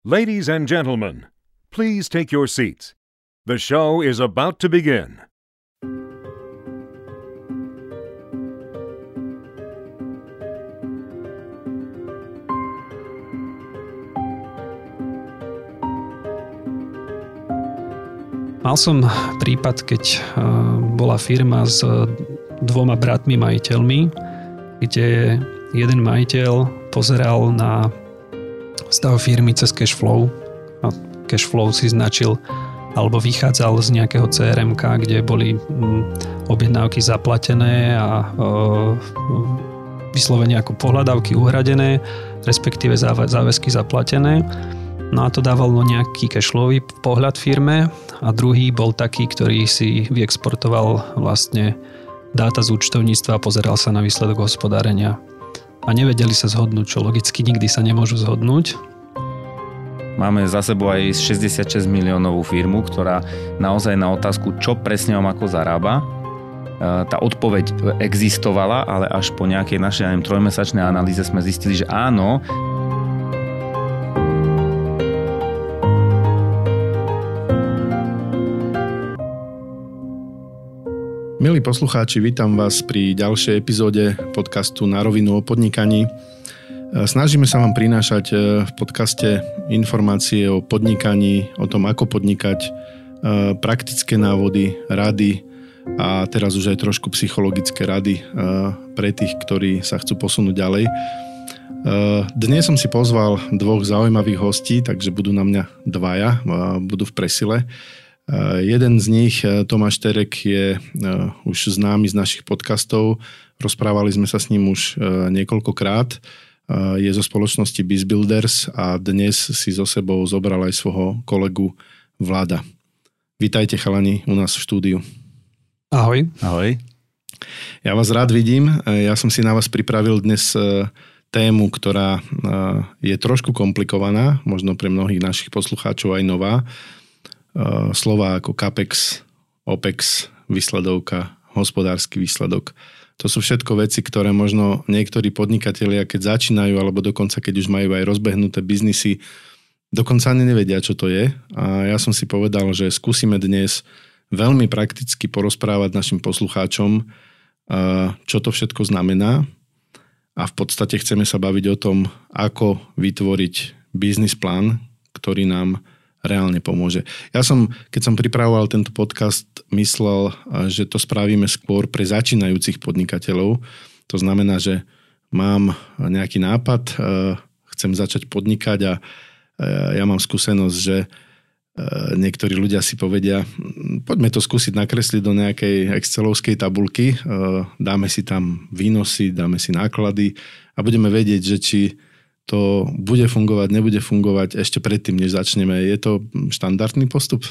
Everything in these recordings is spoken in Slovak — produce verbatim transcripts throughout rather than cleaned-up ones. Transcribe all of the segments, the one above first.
Ladies and gentlemen, please take your seats. The show is about to begin. Mal som prípad, keď bola firma s dvoma bratmi majiteľmi, kde jeden majiteľ pozeral na stav firmy cez cashflow a cashflow si značil alebo vychádzal z nejakého cé er em ká, kde boli objednávky zaplatené a vyslovene ako pohľadávky uhradené, respektíve záväzky zaplatené. No a to dávalo nejaký cashflowý pohľad firme a druhý bol taký, ktorý si vyexportoval vlastne dáta z účtovníctva a pozeral sa na výsledok hospodárenia. A nevedeli sa zhodnúť, čo logicky nikdy sa nemôžu zhodnúť. Máme za sebou aj šesťdesiatšesť miliónovú firmu, ktorá naozaj na otázku, čo presne mám ako zarába, tá odpoveď existovala, ale až po nejakej našej neviem, trojmesačnej analýze sme zistili, že áno. Milí poslucháči, vítam vás pri ďalšej epizóde podcastu Na rovinu o podnikaní. Snažíme sa vám prinášať v podcaste informácie o podnikaní, o tom, ako podnikať, praktické návody, rady a teraz už aj trošku psychologické rady pre tých, ktorí sa chcú posunúť ďalej. Dnes som si pozval dvoch zaujímavých hostí, takže budú na mňa dvaja, budú v presile. Jeden z nich, Tomáš Terek, je už známy z našich podcastov. Rozprávali sme sa s ním už niekoľkokrát. Je zo spoločnosti BizBuilders a dnes si so sebou zobral aj svojho kolegu Vlada. Vítajte, chalani, u nás v štúdiu. Ahoj. Ahoj. Ja vás rád vidím. Ja som si na vás pripravil dnes tému, ktorá je trošku komplikovaná, možno pre mnohých našich poslucháčov aj nová. Slová ako capex, opex, výsledovka, hospodársky výsledok. To sú všetko veci, ktoré možno niektorí podnikatelia, keď začínajú, alebo dokonca keď už majú aj rozbehnuté biznisy, dokonca ani nevedia, čo to je. A ja som si povedal, že skúsime dnes veľmi prakticky porozprávať našim poslucháčom, čo to všetko znamená. A v podstate chceme sa baviť o tom, ako vytvoriť biznis plán, ktorý nám reálne pomôže. Ja som, keď som pripravoval tento podcast, myslel, že to spravíme skôr pre začínajúcich podnikateľov. To znamená, že mám nejaký nápad, chcem začať podnikať a ja mám skúsenosť, že niektorí ľudia si povedia, poďme to skúsiť nakresliť do nejakej excelovskej tabulky, dáme si tam výnosy, dáme si náklady a budeme vedieť, že či to bude fungovať, nebude fungovať ešte predtým, než začneme. Je to štandardný postup?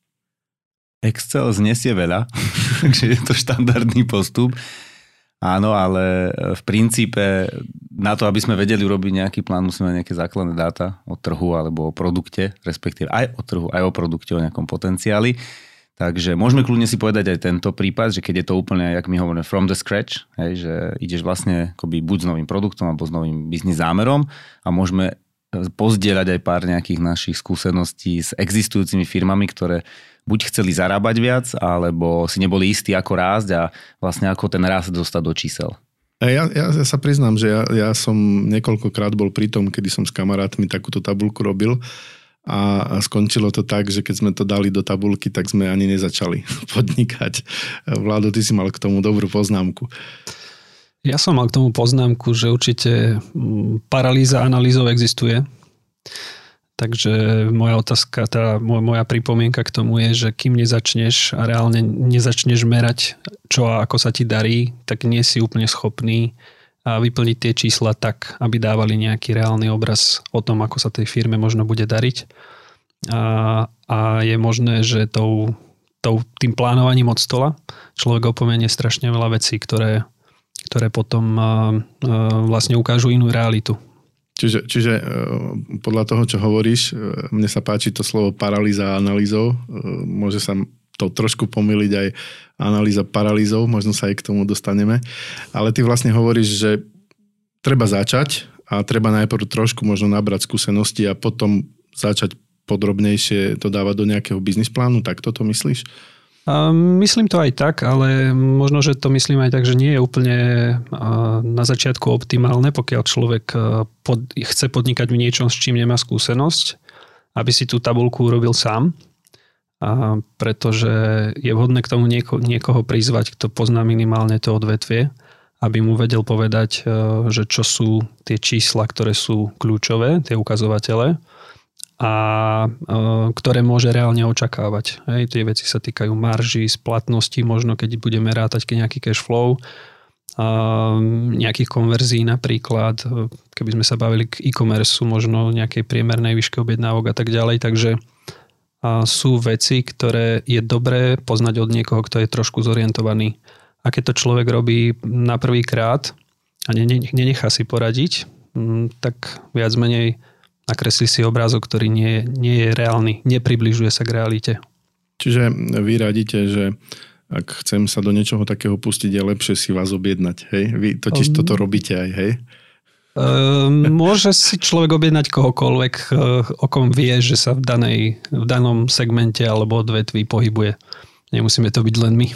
Excel znesie veľa, takže je to štandardný postup. Áno, ale v princípe na to, aby sme vedeli urobiť nejaký plán, musíme mať nejaké základné dáta o trhu alebo o produkte, respektíve aj o trhu, aj o produkte, o nejakom potenciáli. Takže môžeme kľudne si povedať aj tento prípad, že keď je to úplne, jak my hovoríme, from the scratch, hej, že ideš vlastne akoby buď s novým produktom alebo s novým biznis zámerom a môžeme pozdieľať aj pár nejakých našich skúseností s existujúcimi firmami, ktoré buď chceli zarábať viac, alebo si neboli istí, ako rásť a vlastne ako ten rast dostať do čísel. Ja, ja, ja sa priznám, že ja, ja som niekoľkokrát bol pri tom, kedy som s kamarátmi takúto tabuľku robil. A skončilo to tak, že keď sme to dali do tabulky, tak sme ani nezačali podnikať. Vlado, ty si mal k tomu dobrú poznámku. Ja som mal k tomu poznámku, že určite paralýza analýzov existuje. Takže moja otázka, tá moja pripomienka k tomu je, že kým nezačneš a reálne nezačneš merať, čo a ako sa ti darí, tak nie si úplne schopný a vyplniť tie čísla tak, aby dávali nejaký reálny obraz o tom, ako sa tej firme možno bude dariť. A, a je možné, že tou, tou, tým plánovaním od stola človek opomenie strašne veľa vecí, ktoré, ktoré potom a, a, vlastne ukážu inú realitu. Čiže, čiže podľa toho, čo hovoríš, mne sa páči to slovo paralýza analýzou. Môže sa to trošku pomýliť aj analýza paralýzou, možno sa aj k tomu dostaneme. Ale ty vlastne hovoríš, že treba začať a treba najprv trošku možno nabrať skúsenosti a potom začať podrobnejšie to dávať do nejakého biznis plánu, tak toto myslíš? Myslím to aj tak, ale možno, že to myslím aj tak, že nie je úplne na začiatku optimálne, pokiaľ človek pod, chce podnikať v niečom, s čím nemá skúsenosť, aby si tú tabuľku urobil sám, a pretože je vhodné k tomu nieko, niekoho prizvať, kto pozná minimálne to odvetvie, aby mu vedel povedať, že čo sú tie čísla, ktoré sú kľúčové, tie ukazovatele, a ktoré môže reálne očakávať. Hej, tie veci sa týkajú marží, splatnosti, možno keď budeme rátať nejaký cash flow, nejakých konverzií napríklad, keby sme sa bavili k e-commerce, možno nejakej priemernej výške objednávok a tak ďalej. Takže sú veci, ktoré je dobré poznať od niekoho, kto je trošku zorientovaný. A keď to človek robí na prvý krát a nenechá si poradiť, tak viac menej nakreslí si obrázok, ktorý nie, nie je reálny, nepribližuje sa k realite. Čiže vy radíte, že ak chcem sa do niečoho takého pustiť, je lepšie si vás objednať, hej? Vy totiž um, toto robíte aj, hej? Um, môže si človek objednať kohokoľvek, o kom vie, že sa v, danej, v danom segmente alebo odvetví pohybuje. Nemusíme to byť len my.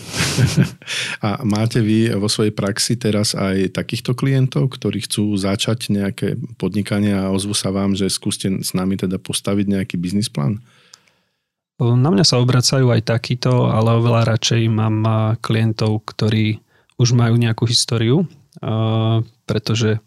A máte vy vo svojej praxi teraz aj takýchto klientov, ktorí chcú začať nejaké podnikanie a ozvu sa vám, že skúste s nami teda postaviť nejaký biznis plán? Na mňa sa obracajú aj takýto, ale oveľa radšej mám klientov, ktorí už majú nejakú históriu, pretože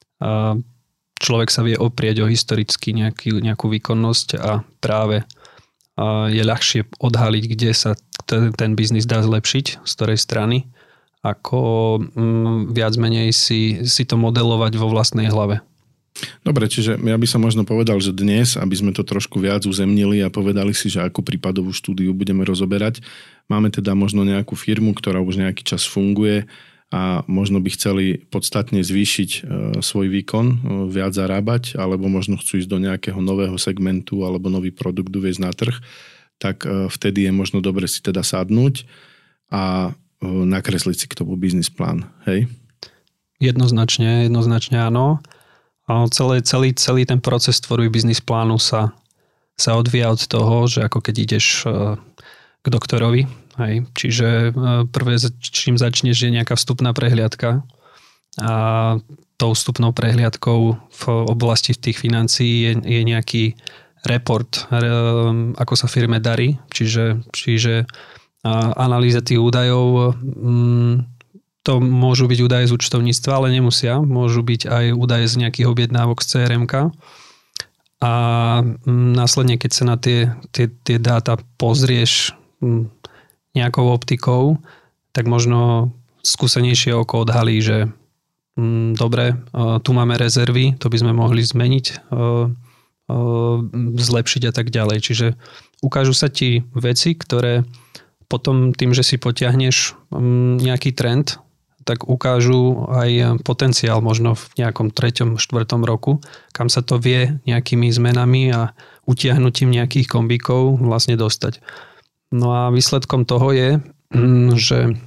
človek sa vie oprieť o historicky nejaký, nejakú výkonnosť a práve je ľahšie odhaliť, kde sa ten, ten biznis dá zlepšiť, z ktorej strany, ako mm, viac menej si, si to modelovať vo vlastnej hlave. Dobre, čiže ja by som možno povedal, že dnes, aby sme to trošku viac uzemnili a povedali si, že akú prípadovú štúdiu budeme rozoberať, máme teda možno nejakú firmu, ktorá už nejaký čas funguje a možno by chceli podstatne zvýšiť e, svoj výkon, e, viac zarábať, alebo možno chcú ísť do nejakého nového segmentu alebo nový produkt uviesť na trh, tak e, vtedy je možno dobre si teda sadnúť a e, nakresliť si k tomu biznis plán. Hej? Jednoznačne, jednoznačne áno. A celý, celý, celý ten proces tvorby biznis plánu sa, sa odvíja od toho, že ako keď ideš e, k doktorovi. Hej. Čiže prvé, čím začneš, je nejaká vstupná prehliadka a tou vstupnou prehliadkou v oblasti tých financií je, je nejaký report, ako sa firme darí, čiže, čiže analýza tých údajov, to môžu byť údaje z účtovníctva, ale nemusia, môžu byť aj údaje z nejakých objednávok z cé er emka a následne, keď sa na tie, tie, tie dáta pozrieš nejakou optikou, tak možno skúsenejšie oko odhalí, že mm, dobre, tu máme rezervy, to by sme mohli zmeniť, e, e, zlepšiť a tak ďalej. Čiže ukážu sa ti veci, ktoré potom tým, že si potiahneš mm, nejaký trend, tak ukážu aj potenciál možno v nejakom treťom, štvrtom roku, kam sa to vie nejakými zmenami a utiahnutím nejakých kombíkov vlastne dostať. No a výsledkom toho je, že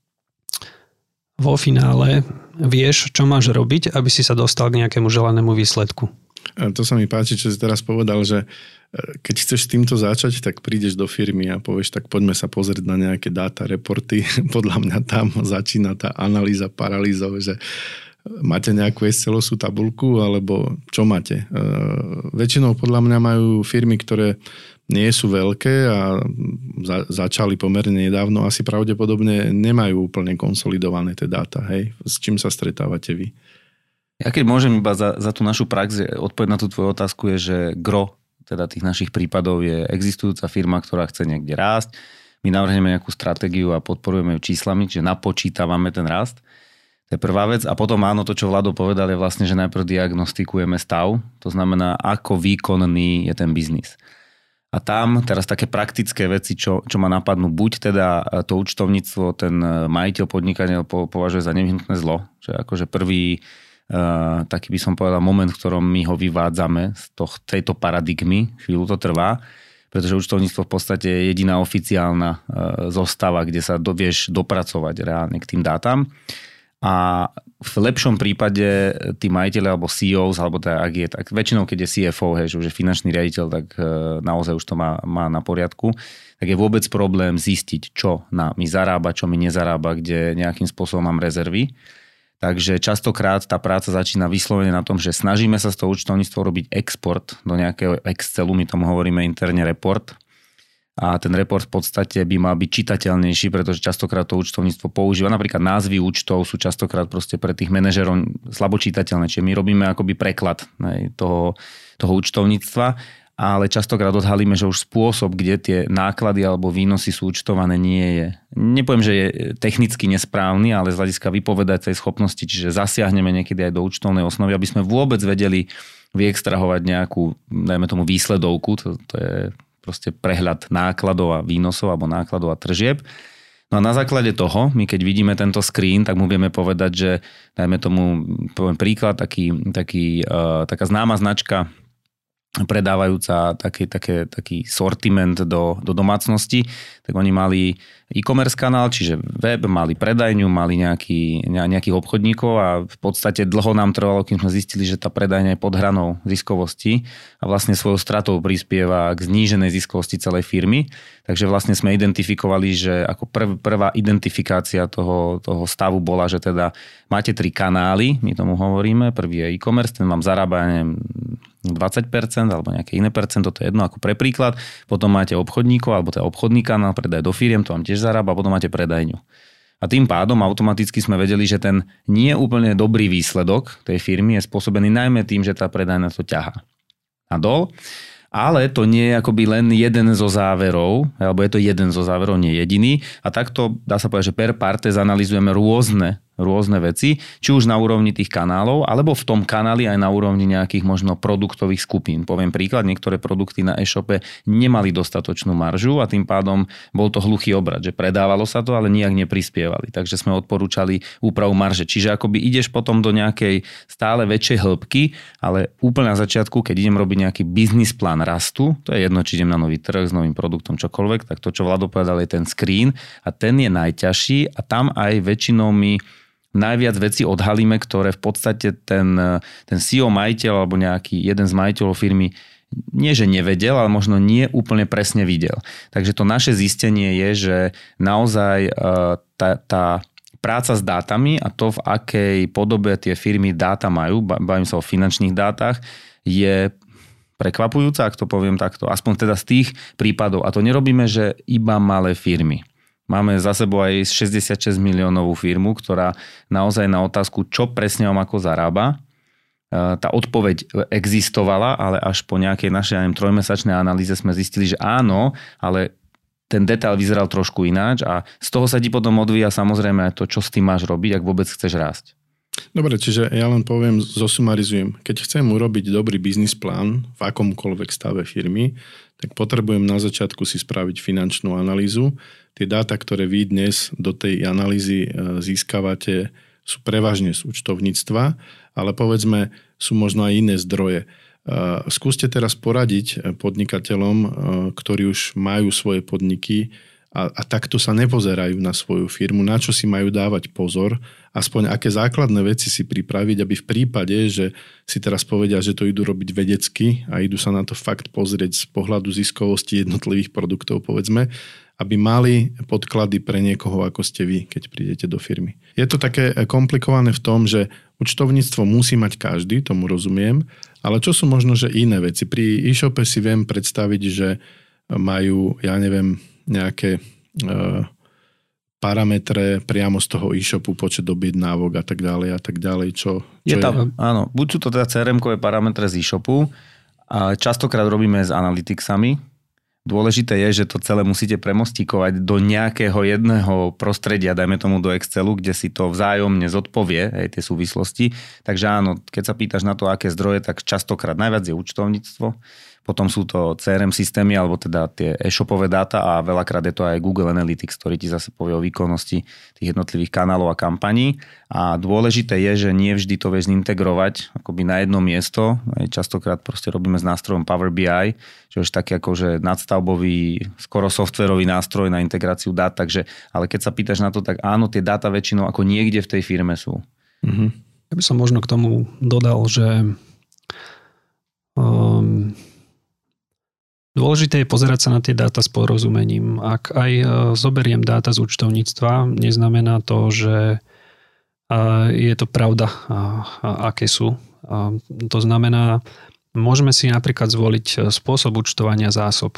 vo finále vieš, čo máš robiť, aby si sa dostal k nejakému želanému výsledku. A to sa mi páči, čo si teraz povedal, že keď chceš s týmto začať, tak prídeš do firmy a povieš, tak poďme sa pozrieť na nejaké dáta, reporty. Podľa mňa tam začína tá analýza paralýzov, že máte nejakú excelovú tabuľku, alebo čo máte? E, väčšinou podľa mňa majú firmy, ktoré nie sú veľké a za, začali pomerne nedávno, asi pravdepodobne nemajú úplne konsolidované tie dáta. Hej? S čím sa stretávate vy? Ja keď môžem iba za, za tú našu prax, odpoveď na tú tvoju otázku je, že gro teda tých našich prípadov je existujúca firma, ktorá chce niekde rásť. My navrhneme nejakú stratégiu a podporujeme ju číslami, čiže napočítavame ten rast. To je prvá vec. A potom áno, to, čo Vlado povedal, je vlastne, že najprv diagnostikujeme stav. To znamená, ako výkonný je ten biznis. A tam teraz také praktické veci, čo, čo ma napadnú, buď teda to účtovníctvo ten majiteľ podnikania považuje za nevyhnutné zlo, že akože prvý uh, taký by som povedal moment, v ktorom my ho vyvádzame z toh, tejto paradigmy, chvíľu to trvá, pretože účtovníctvo v podstate je jediná oficiálna uh, zostava, kde sa do, vieš dopracovať reálne k tým dátam. a v lepšom prípade tí majiteľi alebo C E Os, alebo teda ak je tak, väčšinou keď je C F O, hej, že už je finančný riaditeľ, tak naozaj už to má, má na poriadku, tak je vôbec problém zistiť, čo na mi zarába, čo mi nezarába, kde nejakým spôsobom mám rezervy. Takže častokrát tá práca začína vyslovene na tom, že snažíme sa z toho účtovníctva robiť export do nejakého Excelu, my tomu hovoríme interne report. A ten report v podstate by mal byť čitateľnejší, pretože častokrát to účtovníctvo používa. Napríklad názvy účtov sú častokrát proste pre tých manažerov slabo čitateľné. Čiže my robíme akoby preklad toho, toho účtovníctva, ale častokrát odhalíme, že už spôsob, kde tie náklady alebo výnosy sú účtované, nie je. Nepoviem, že je technicky nesprávny, ale z hľadiska vypovedacej schopnosti, čiže zasiahneme niekedy aj do účtovnej osnovy, aby sme vôbec vedeli vyextrahovať nejakú, dajme tomu, výsledovku. To, to je proste prehľad nákladov a výnosov alebo nákladov a tržieb. No a na základe toho, my keď vidíme tento screen, tak mu vieme povedať, že dajme tomu, poviem príklad, taký, taký, uh, taká známa značka predávajúca taký, také, taký sortiment do, do domácnosti, tak oni mali e-commerce kanál, čiže web, mali predajňu, mali nejaký, nejakých obchodníkov a v podstate dlho nám trvalo, kým sme zistili, že tá predajňa je pod hranou ziskovosti a vlastne svojou stratou prispieva k zníženej ziskovosti celej firmy. Takže vlastne sme identifikovali, že ako prv, prvá identifikácia toho, toho stavu bola, že teda máte tri kanály, my tomu hovoríme, prvý je e-commerce, ten vám zarába, neviem, dvadsať percent alebo nejaké iné percento, to je jedno ako pre príklad. Potom máte obchodníkov, alebo teda obchodný kanál, predaj do firiem, to vám tiež zarába, a potom máte predajňu. A tým pádom automaticky sme vedeli, že ten nie úplne dobrý výsledok tej firmy je spôsobený najmä tým, že tá predajňa to ťahá nadol. Ale to nie je akoby len jeden zo záverov, alebo je to jeden zo záverov, nie jediný. A takto dá sa povedať, že per partes analyzujeme rôzne, rôzne veci, či už na úrovni tých kanálov, alebo v tom kanáli aj na úrovni nejakých možno produktových skupín. Poviem príklad, niektoré produkty na e-shope nemali dostatočnú maržu a tým pádom bol to hluchý obrad, že predávalo sa to, ale nijak neprispievali. Takže sme odporúčali úpravu marže. Čiže akoby ideš potom do nejakej stále väčšej hĺbky, ale úplne na začiatku, keď idem robiť nejaký biznis plán rastu, to je jedno, či idem na nový trh s novým produktom, čokoľvek, tak to, čo Vlado povedal, je ten screen a ten je najťažší a tam aj väčšinou my najviac vecí odhalíme, ktoré v podstate ten, ten C E O majiteľ alebo nejaký jeden z majiteľov firmy nie, že nevedel, ale možno nie úplne presne videl. Takže to naše zistenie je, že naozaj tá, tá práca s dátami a to, v akej podobe tie firmy dáta majú, bavím sa o finančných dátach, je prekvapujúca, ak to poviem takto, aspoň teda z tých prípadov. A to nerobíme, že iba malé firmy. Máme za sebou aj šesťdesiatšesť miliónovú firmu, ktorá naozaj na otázku, čo presne on ako zarába, tá odpoveď existovala, ale až po nejakej našej, neviem, trojmesačnej analýze sme zistili, že áno, ale ten detail vyzeral trošku ináč a z toho sa ti potom odvíja samozrejme aj to, čo s tým máš robiť, ak vôbec chceš rásť. Dobre, čiže ja len poviem, zosumarizujem. Keď chcem urobiť dobrý biznis plán v akomkoľvek stave firmy, tak potrebujem na začiatku si spraviť finančnú analýzu. Tie dáta, ktoré vy dnes do tej analýzy získavate, sú prevažne z účtovníctva, ale povedzme, sú možno aj iné zdroje. Skúste teraz poradiť podnikateľom, ktorí už majú svoje podniky a, a takto sa nepozerajú na svoju firmu, na čo si majú dávať pozor, aspoň aké základné veci si pripraviť, aby v prípade, že si teraz povedia, že to idú robiť vedecky a idú sa na to fakt pozrieť z pohľadu ziskovosti jednotlivých produktov, povedzme, aby mali podklady pre niekoho, ako ste vy, keď prídete do firmy. Je to také komplikované v tom, že účtovníctvo musí mať každý, tomu rozumiem, ale čo sú možno, že iné veci? Pri e-shope si viem predstaviť, že majú, ja neviem, nejaké e, parametre priamo z toho e-shopu, počet objednávok a tak ďalej a tak ďalej. Čo, čo je tam, je? Áno, buď sú to teda cé er em-kové parametre z e-shopu a častokrát robíme s analyticsami. Dôležité je, že to celé musíte premostíkovať do nejakého jedného prostredia, dajme tomu do Excelu, kde si to vzájomne zodpovie, aj tie súvislosti. Takže áno, keď sa pýtaš na to, aké zdroje, tak častokrát najviac je účtovníctvo, potom sú to cé er em systémy, alebo teda tie e-shopové dáta a veľakrát je to aj Google Analytics, ktorý ti zase povie o výkonnosti tých jednotlivých kanálov a kampaní. A dôležité je, že nie vždy to vieš integrovať akoby na jedno miesto. Častokrát proste robíme s nástrojom Power bí aj, čo je taký akože nadstavbový, skoro softverový nástroj na integráciu dát. Takže, ale keď sa pýtaš na to, tak áno, tie dáta väčšinou ako niekde v tej firme sú. Mm-hmm. Ja by som možno k tomu dodal, že um, dôležité je pozerať sa na tie dáta s porozumením. Ak aj zoberiem dáta z účtovníctva, neznamená to, že je to pravda, aké sú. To znamená, môžeme si napríklad zvoliť spôsob účtovania zásob.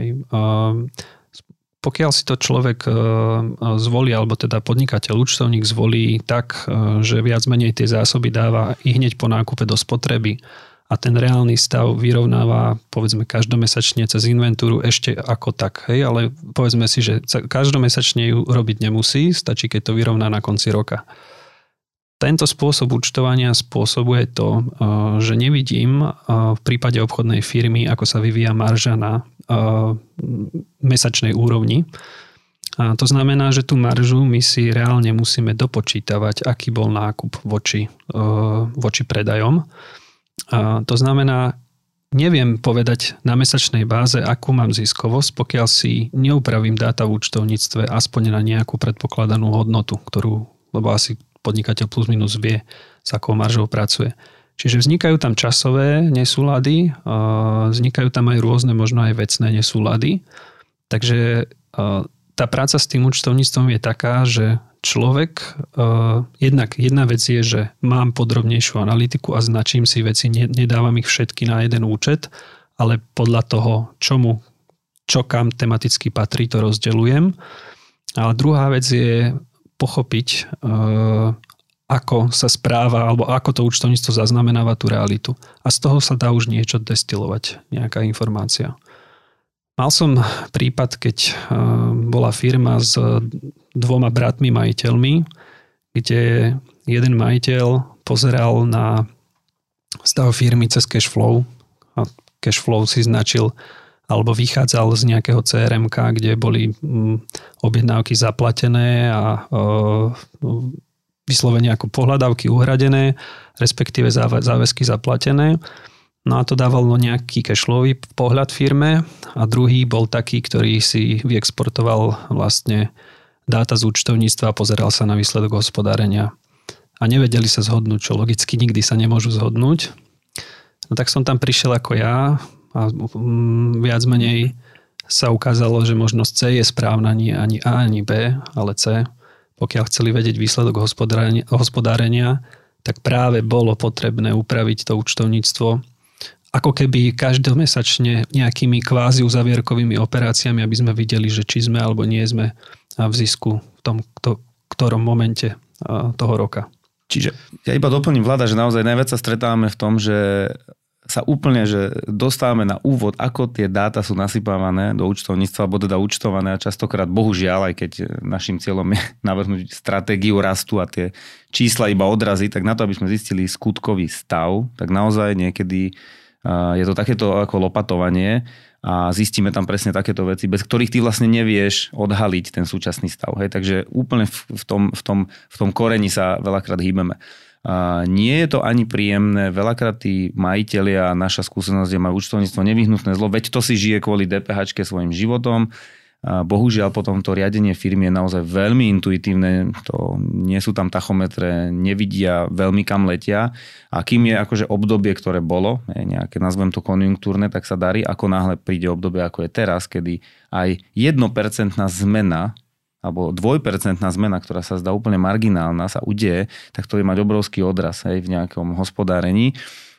Pokiaľ si to človek zvolí, alebo teda podnikateľ, účtovník zvolí tak, že viac menej tie zásoby dáva i hneď po nákupe do spotreby, a ten reálny stav vyrovnáva, povedzme, každomesačne cez inventúru ešte ako tak. Hej? Ale povedzme si, že každomesačne ju robiť nemusí, stačí, keď to vyrovná na konci roka. Tento spôsob účtovania spôsobuje to, že nevidím v prípade obchodnej firmy, ako sa vyvíja marža na mesačnej úrovni. A to znamená, že tú maržu my si reálne musíme dopočítavať, aký bol nákup voči, voči predajom. A to znamená, neviem povedať na mesačnej báze, akú mám ziskovosť, pokiaľ si neupravím dáta v účtovníctve aspoň na nejakú predpokladanú hodnotu, ktorú, lebo asi podnikateľ plus minus vie, s akou maržou pracuje. Čiže vznikajú tam časové nesúlady, vznikajú tam aj rôzne, možno aj vecné nesúlady. Takže tá práca s tým účtovníctvom je taká, že človek, uh, jednak jedna vec je, že mám podrobnejšiu analytiku a značím si veci, ne, nedávam ich všetky na jeden účet, ale podľa toho, čomu, čo kam tematicky patrí, to rozdeľujem. A druhá vec je pochopiť, uh, ako sa správa, alebo ako to účtovníctvo zaznamenáva tú realitu. A z toho sa dá už niečo destilovať, nejaká informácia. Mal som prípad, keď bola firma s dvoma bratmi majiteľmi, kde jeden majiteľ pozeral na stav firmy cez cashflow a cashflow si značil alebo vychádzal z nejakého cé er emka, kde boli objednávky zaplatené a vyslovene ako pohľadávky uhradené, respektíve záväzky zaplatené. No a to dávalo nejaký cashflowý pohľad firme a druhý bol taký, ktorý si vyexportoval vlastne dáta z účtovníctva a pozeral sa na výsledok hospodárenia. A nevedeli sa zhodnúť, čo logicky nikdy sa nemôžu zhodnúť. No tak som tam prišiel ako ja a viac menej sa ukázalo, že možnosť C je správna, nie ani A, ani B, ale C. Pokiaľ chceli vedieť výsledok hospodárenia, hospodárenia, tak práve bolo potrebné upraviť to účtovníctvo ako keby každomesačne nejakými kvázi uzavierkovými operáciami, aby sme videli, že či sme alebo nie sme v zisku v tom kto, ktorom momente toho roka. Čiže ja iba doplním, Vlada, že naozaj najviac sa stretávame v tom, že sa úplne že dostávame na úvod, ako tie dáta sú nasypávané do účtovníctva, alebo teda účtované a častokrát, bohužiaľ, aj keď našim cieľom je navrhnúť stratégiu rastu a tie čísla iba odrazí, tak na to, aby sme zistili skutkový stav, tak naozaj niekedy je to takéto ako lopatovanie a zistíme tam presne takéto veci, bez ktorých ty vlastne nevieš odhaliť ten súčasný stav. Hej? Takže úplne v tom, v, tom, v tom koreni sa veľakrát hýbeme. A nie je to ani príjemné, veľakrát tí majitelia, naša skúsenosť je, majú účtovníctvo nevyhnutné zlo, veď to si žije kvôli dé pé háčke svojim životom. A bohužiaľ potom to riadenie firmy je naozaj veľmi intuitívne, to nie sú tam tachometre, nevidia veľmi kam letia a kým je akože obdobie, ktoré bolo, nejaké nazvem to konjunktúrne, tak sa darí, ako náhle príde obdobie, ako je teraz, kedy aj jedno percentná zmena alebo dvojpercentná zmena, ktorá sa zdá úplne marginálna, sa udeje, tak to je mať obrovský odraz hej, v nejakom hospodárení.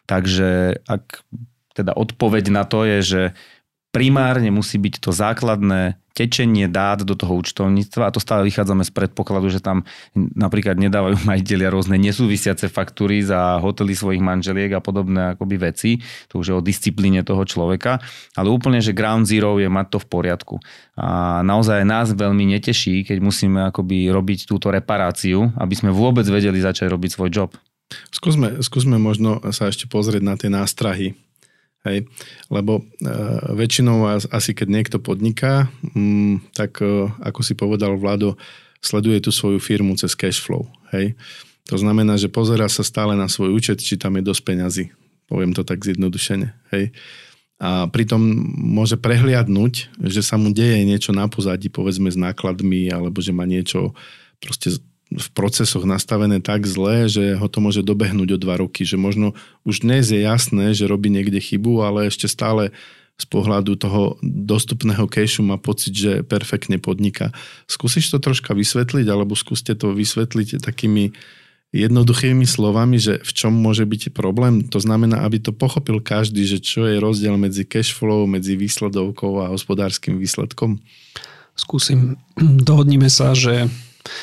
Takže ak teda odpoveď na to je, že primárne musí byť to základné tečenie dát do toho účtovníctva a to stále vychádzame z predpokladu, že tam napríklad nedávajú majitelia rôzne nesúvisiace faktúry za hotely svojich manželiek a podobné akoby veci. To už je o disciplíne toho človeka. Ale úplne, že ground zero je mať to v poriadku. A naozaj nás veľmi neteší, keď musíme akoby robiť túto reparáciu, aby sme vôbec vedeli začať robiť svoj job. Skúsme, skúsme možno sa ešte pozrieť na tie nástrahy. Hej? Lebo e, väčšinou asi keď niekto podniká, m, tak e, ako si povedal Vlado, sleduje tú svoju firmu cez cash flow. Hej? To znamená, že pozerá sa stále na svoj účet, či tam je dosť peňazí. Poviem to tak zjednodušene. Hej? A pritom môže prehliadnúť, že sa mu deje niečo na pozadí, povedzme s nákladmi, alebo že má niečo proste v procesoch nastavené tak zle, že ho to môže dobehnúť o dva roky. Že možno už dnes je jasné, že robí niekde chybu, ale ešte stále z pohľadu toho dostupného cashu má pocit, že perfektne podniká. Skúsiš to troška vysvetliť, alebo skúste to vysvetliť takými jednoduchými slovami, že v čom môže byť problém. To znamená, aby to pochopil každý, že čo je rozdiel medzi cash flow, medzi výsledovkou a hospodárskym výsledkom. Skúsim. Dohodnime sa, že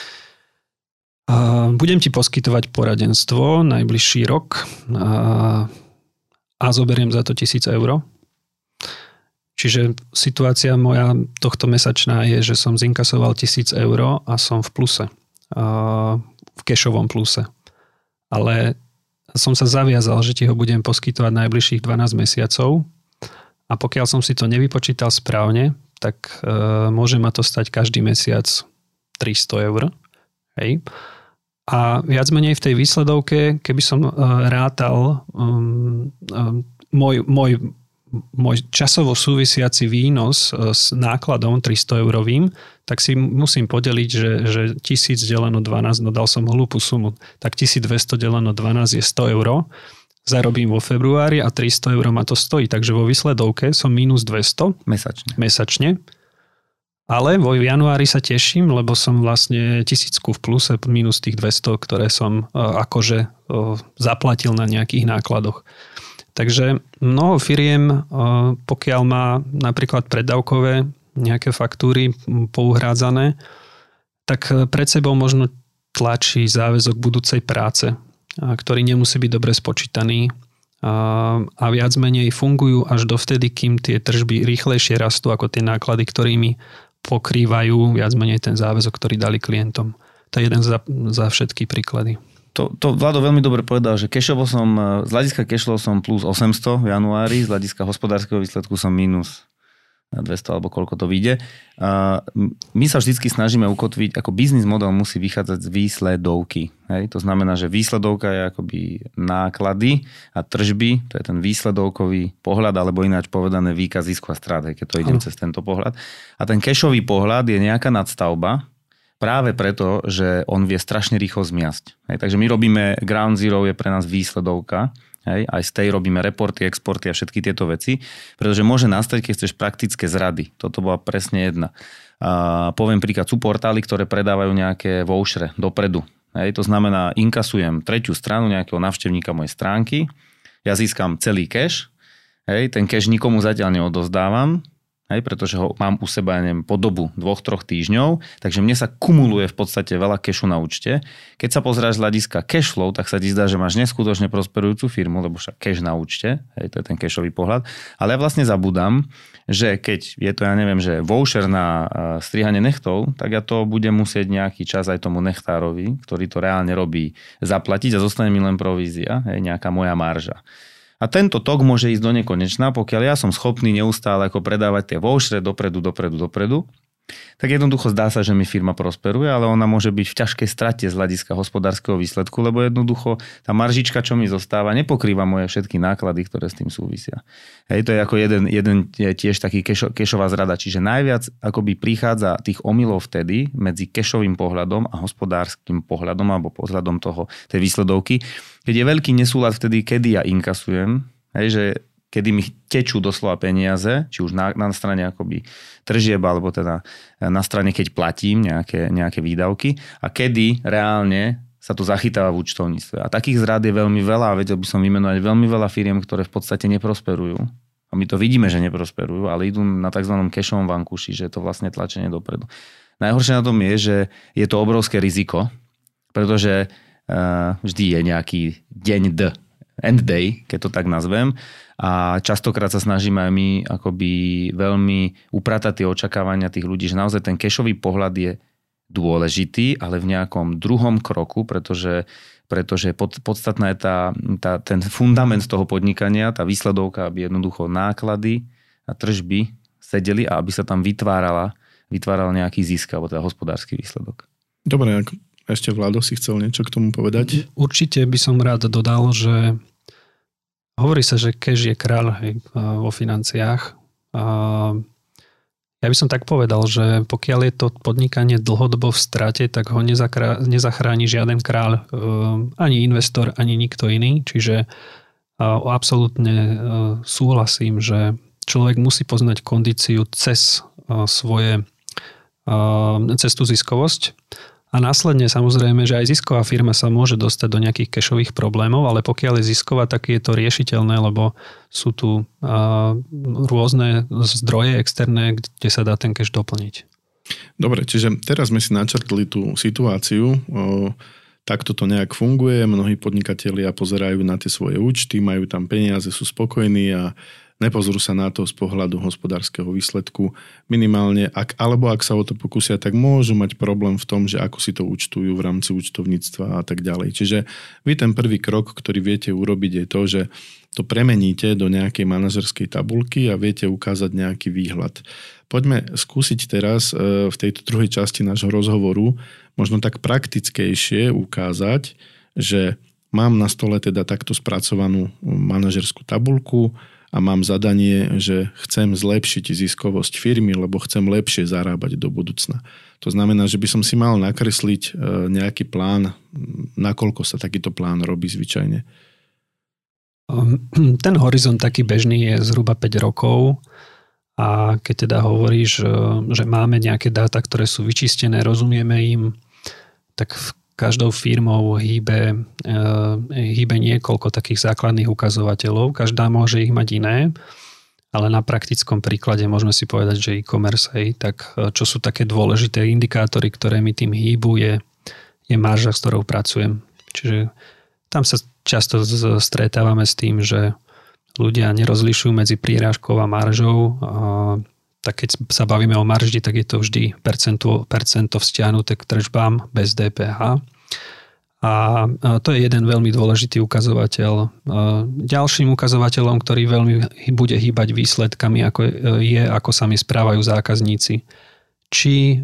budem ti poskytovať poradenstvo najbližší rok a zoberiem za to tisíc eur. Čiže situácia moja tohto mesačná je, že som zinkasoval tisíc eur a som v pluse. V cashovom pluse. Ale som sa zaviazal, že ti ho budem poskytovať najbližších dvanásť mesiacov a pokiaľ som si to nevypočítal správne, tak e, môže ma to stať každý mesiac tristo eur. Hej. A viac menej v tej výsledovke, keby som e, rátal um, um, môj, môj, môj časovo súvisiaci výnos s nákladom tristo eurovým, tak si musím podeliť, že, že tisíc deleno dvanásť, no dal som hlúpu sumu, tak tisícdvesto deleno dvanásť je sto eur, zarobím vo februári a tristo eur ma to stojí, takže vo výsledovke som minus dvesto mesačne. mesačne. Ale vo januári sa teším, lebo som vlastne tisícku v pluse minus tých dvesto, ktoré som akože zaplatil na nejakých nákladoch. Takže mnoho firiem, pokiaľ má napríklad preddavkové nejaké faktúry pouhrádzané, tak pred sebou možno tlačí záväzok budúcej práce, ktorý nemusí byť dobre spočítaný a viac menej fungujú až dovtedy, kým tie tržby rýchlejšie rastú ako tie náklady, ktorými pokrývajú viac menej ten záväzok, ktorý dali klientom. To je jeden za, za všetky príklady. To, to Vlado veľmi dobre povedal, že cashovo som, z hľadiska cashflow som plus osemsto v januári, z hľadiska hospodárskeho výsledku som minus dvesto alebo koľko to vyjde. My sa vždy snažíme ukotviť, ako biznis model musí vychádzať z výsledovky. Hej? To znamená, že výsledovka je akoby náklady a tržby, to je ten výsledovkový pohľad, alebo ináč povedané výkaz zisku a strát, keď to idem cez tento pohľad. A ten cashový pohľad je nejaká nadstavba, práve preto, že on vie strašne rýchlo zmiasť. Hej? Takže my robíme, Ground Zero je pre nás výsledovka. Hej, aj z tej robíme reporty, exporty a všetky tieto veci, pretože môže nastať, keď chceš praktické zrady. Toto bola presne jedna. A poviem príklad, sú portály, ktoré predávajú nejaké vouchere dopredu. Hej, to znamená, inkasujem tretiu stranu nejakého návštevníka mojej stránky, ja získam celý cash, hej, ten cash nikomu zatiaľ neodozdávam, hej, pretože ho mám u seba, ja neviem, po dobu dvoch, troch týždňov, takže mne sa kumuluje v podstate veľa cashu na účte. Keď sa pozráš z hľadiska cash flow, tak sa ti zdá, že máš neskutočne prosperujúcu firmu, lebo však cash na účte, hej, to je ten cashový pohľad. Ale ja vlastne zabudám, že keď je to, ja neviem, že voucher na strihanie nechtov, tak ja to budem musieť nejaký čas aj tomu nechtárovi, ktorý to reálne robí, zaplatiť a zostane mi len provízia, hej, nejaká moja marža. A tento tok môže ísť do nekonečna, pokiaľ ja som schopný neustále ako predávať tie vouchere dopredu, dopredu, dopredu, tak jednoducho zdá sa, že mi firma prosperuje, ale ona môže byť v ťažkej strate z hľadiska hospodárskeho výsledku, lebo jednoducho tá maržička, čo mi zostáva, nepokrýva moje všetky náklady, ktoré s tým súvisia. Hej, to je ako jeden, jeden je tiež taký cashová zrada, čiže najviac akoby prichádza tých omylov vtedy medzi cashovým pohľadom a hospodárskym pohľadom alebo pohľadom toho, tej výsledovky, keď je veľký nesúlad vtedy, kedy ja inkasujem, hej, že kedy mi tečú doslova peniaze, či už na, na strane akoby tržieb, alebo teda na strane, keď platím nejaké, nejaké výdavky a kedy reálne sa to zachytáva v účtovníctve. A takých zrád je veľmi veľa a vedel by som vymenovať veľmi veľa firiem, ktoré v podstate neprosperujú. A my to vidíme, že neprosperujú, ale idú na tzv. Cashovom vankuši, že je to vlastne tlačenie dopredu. Najhoršie na tom je, že je to obrovské riziko, pretože uh, vždy je nejaký deň D, end day, keď to tak nazvem. A častokrát sa snažíme aj my akoby veľmi upratať tie očakávania tých ľudí, že naozaj ten cashový pohľad je dôležitý, ale v nejakom druhom kroku, pretože, pretože pod, podstatná je tá, tá, ten fundament toho podnikania, tá výsledovka, aby jednoducho náklady a tržby sedeli a aby sa tam vytvárala, vytváral nejaký zisk alebo teda hospodársky výsledok. Dobre, ešte Vlado si chcel niečo k tomu povedať? Určite by som rád dodal, že hovorí sa, že cash je kráľ, hej, vo financiách. Ja by som tak povedal, že pokiaľ je to podnikanie dlhodobo v strate, tak ho nezakrá, nezachráni žiaden kráľ, ani investor, ani nikto iný. Čiže absolútne súhlasím, že človek musí poznať kondíciu cez svoje, cez tú ziskovosť. A následne samozrejme, že aj zisková firma sa môže dostať do nejakých cashových problémov, ale pokiaľ je zisková, tak je to riešiteľné, lebo sú tu uh, rôzne zdroje externé, kde sa dá ten cash doplniť. Dobre, čiže teraz sme si načrtli tú situáciu, o, takto to nejak funguje, mnohí podnikatelia pozerajú na tie svoje účty, majú tam peniaze, sú spokojní a nepozrú sa na to z pohľadu hospodárskeho výsledku. Minimálne, ak, alebo ak sa o to pokúsia, tak môžu mať problém v tom, že ako si to účtujú v rámci účtovníctva a tak ďalej. Čiže vy ten prvý krok, ktorý viete urobiť, je to, že to premeníte do nejakej manažerskej tabulky a viete ukázať nejaký výhľad. Poďme skúsiť teraz v tejto druhej časti nášho rozhovoru možno tak praktickejšie ukázať, že mám na stole teda takto spracovanú manažerskú tabulku, a mám zadanie, že chcem zlepšiť ziskovosť firmy, lebo chcem lepšie zarábať do budúcna. To znamená, že by som si mal nakresliť nejaký plán, nakoľko sa takýto plán robí zvyčajne. Ten horizont taký bežný je zhruba päť rokov a keď teda hovoríš, že máme nejaké dáta, ktoré sú vyčistené, rozumieme im, tak v každou firmou hýbe, hýbe niekoľko takých základných ukazovateľov. Každá môže ich mať iné, ale na praktickom príklade môžeme si povedať, že e-commerce, hej, tak čo sú také dôležité indikátory, ktoré mi tým hýbu, je, je marža, s ktorou pracujem. Čiže tam sa často stretávame s tým, že ľudia nerozlišujú medzi prírážkou a maržou. Tak keď sa bavíme o marži, tak je to vždy percento, percento vzťahnuté k tržbám bez dé pé há. A to je jeden veľmi dôležitý ukazovateľ. Ďalším ukazovateľom, ktorý veľmi bude hýbať výsledkami, ako je, ako sa mi správajú zákazníci. Či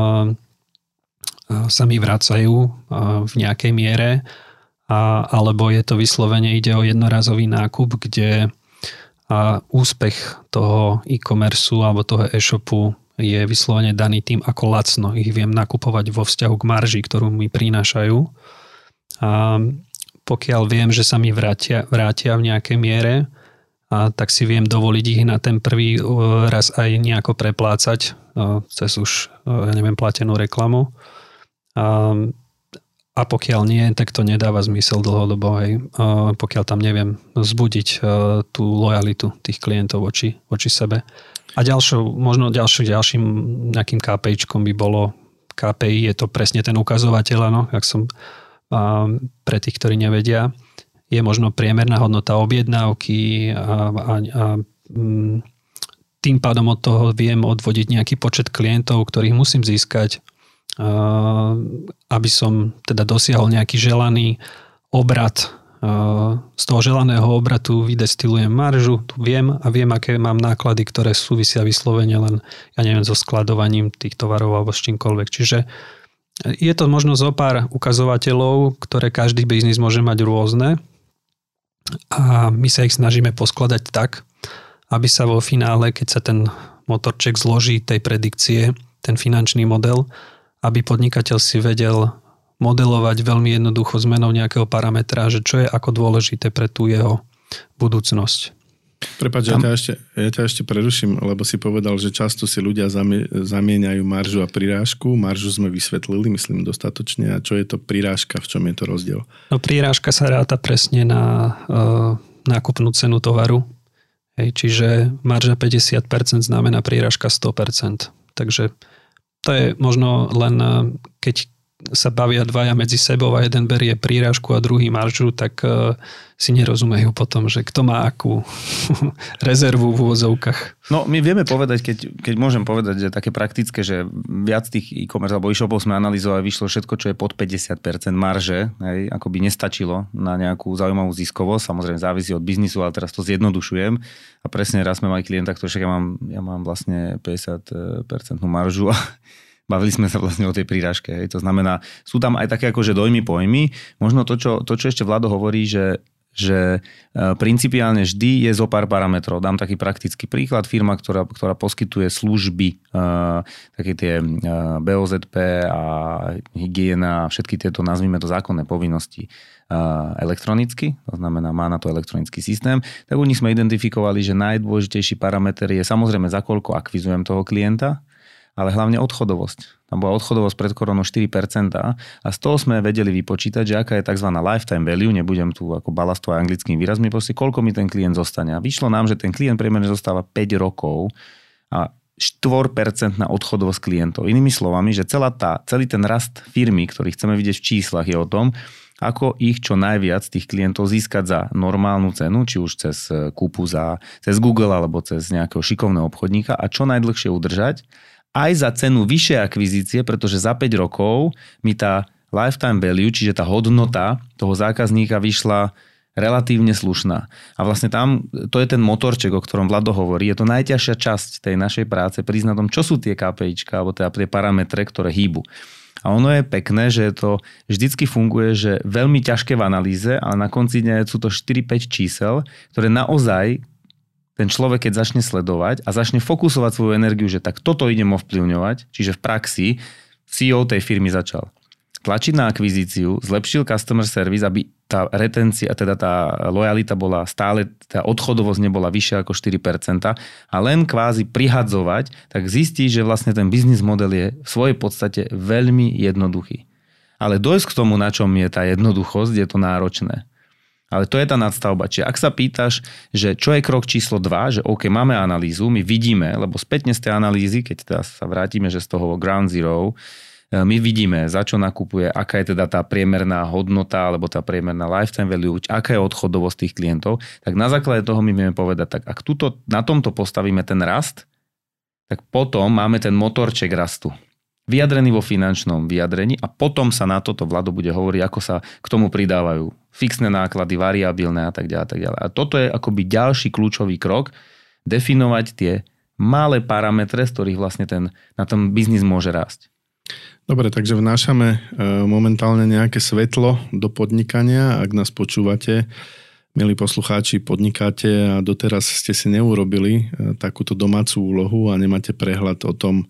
sa mi vracajú v nejakej miere, alebo je to vyslovene, ide o jednorazový nákup, kde a úspech toho e-commerce alebo toho e-shopu je vyslovene daný tým, ako lacno ich viem nakupovať vo vzťahu k marži, ktorú mi prinášajú. A pokiaľ viem, že sa mi vrátia, vrátia v nejakej miere, a tak si viem dovoliť ich na ten prvý raz aj nejako preplácať cez už, ja neviem, platenú reklamu. A A pokiaľ nie, tak to nedáva zmysel dlhodobo, hej. Pokiaľ tam neviem vzbudiť tú lojalitu tých klientov voči, voči sebe. A ďalšou, možno ďalším, ďalším nejakým KPIčkom by bolo, ká pé í je to presne ten ukazovateľ, no, jak som pre tých, ktorí nevedia, je možno priemerná hodnota objednávky a, a, a tým pádom od toho viem odvodiť nejaký počet klientov, ktorých musím získať, aby som teda dosiahol nejaký želaný obrat. Z toho želaného obratu vydestilujem maržu, tu viem a viem, aké mám náklady, ktoré súvisia vyslovene len, ja neviem, so skladovaním tých tovarov alebo s čímkoľvek. Čiže je to možno zo pár ukazovateľov, ktoré každý biznis môže mať rôzne a my sa ich snažíme poskladať tak, aby sa vo finále, keď sa ten motorček zloží tej predikcie, ten finančný model, aby podnikateľ si vedel modelovať veľmi jednoducho zmenou nejakého parametra, že čo je ako dôležité pre tú jeho budúcnosť. Prepáč, Tam... ja, ťa ešte, ja ťa ešte preruším, lebo si povedal, že často si ľudia zamieňajú maržu a prirážku. Maržu sme vysvetlili, myslím, dostatočne. A čo je to prirážka? V čom je to rozdiel? No prirážka sa ráta presne na uh, nákupnú cenu tovaru. Hej, čiže marža päťdesiat percent znamená prirážka sto percent. Takže to je možno len, keď sa bavia dvaja medzi sebou a jeden berie prírážku a druhý maržu, tak si nerozumejú potom, že kto má akú rezervu v úvodzovkách. No my vieme povedať, keď, keď môžem povedať, že také praktické, že viac tých e-commerce alebo e-shopov sme analyzovali, vyšlo všetko, čo je pod päťdesiat percent marže, hej, ako by nestačilo na nejakú zaujímavú ziskovosť, samozrejme závisí od biznisu, ale teraz to zjednodušujem a presne raz sme mali klienta, ktorý však ja mám, ja mám vlastne päťdesiat percent maržu a bavili sme sa vlastne o tej prírážke. Hej. To znamená, sú tam aj také akože dojmy, pojmy. Možno to, čo, to, čo ešte Vlado hovorí, že, že principiálne vždy je zo pár parametrov. Dám taký praktický príklad. Firma, ktorá, ktorá poskytuje služby, uh, také tie uh, bé ó zet pé a hygiena, všetky tieto, nazvime to, zákonné povinnosti uh, elektronicky, to znamená, má na to elektronický systém, tak u nich sme identifikovali, že najdôležitejší parameter je samozrejme, za koľko akvizujem toho klienta, ale hlavne odchodovosť. Tam bola odchodovosť pred koronou štyri percentá a z toho sme vedeli vypočítať, že aká je tzv. Lifetime value, nebudem tu ako balastovať anglickými výrazmi, proste koľko mi ten klient zostane. A vyšlo nám, že ten klient priemerne zostáva päť rokov a štyri percentá odchodovosť klientov. Inými slovami, že celá tá, celý ten rast firmy, ktorý chceme vidieť v číslach, je o tom, ako ich čo najviac tých klientov získať za normálnu cenu, či už cez kúpu za, cez Google alebo cez nejakého šikovného obchodníka a čo najdlhšie udržať, aj za cenu vyššej akvizície, pretože za päť rokov mi tá lifetime value, čiže tá hodnota toho zákazníka vyšla relatívne slušná. A vlastne tam, to je ten motorček, o ktorom Vlado hovorí, je to najťažšia časť tej našej práce, prísť na tom, čo sú tie KPIčka, alebo teda tie parametre, ktoré hýbu. A ono je pekné, že to vždycky funguje, že veľmi ťažké v analýze, ale na konci dňa sú to štyri päť čísel, ktoré naozaj ten človek, keď začne sledovať a začne fokusovať svoju energiu, že tak toto idem ovplyvňovať, čiže v praxi sí í ó tej firmy začal tlačiť na akvizíciu, zlepšil customer service, aby tá retencia, teda tá lojalita bola stále, tá odchodovosť nebola vyššia ako štyri percentá a len kvázi prihadzovať, tak zistí, že vlastne ten biznis model je v svojej podstate veľmi jednoduchý. Ale dojsť k tomu, na čom je tá jednoduchosť, je to náročné. Ale to je tá nadstavba. Čiže ak sa pýtaš, že čo je krok číslo dva, že OK, máme analýzu, my vidíme, lebo spätne z tej analýzy, keď teda sa vrátime, že z toho ground zero, my vidíme, za čo nakupuje, aká je teda tá priemerná hodnota, alebo tá priemerná lifetime value, aká je odchodovosť tých klientov, tak na základe toho my vieme povedať, tak ak tuto, na tomto postavíme ten rast, tak potom máme ten motorček rastu. Vyjadrený vo finančnom vyjadrení a potom sa na toto Vlado bude hovoriť, ako sa k tomu pridávajú fixné náklady, variabilné a tak ďalej. A, tak ďalej. A toto je akoby ďalší kľúčový krok, definovať tie malé parametre, z ktorých vlastne ten, na tom biznis môže rásť. Dobre, takže vnášame momentálne nejaké svetlo do podnikania. Ak nás počúvate, milí poslucháči, podnikáte a doteraz ste si neurobili takúto domácu úlohu a nemáte prehľad o tom,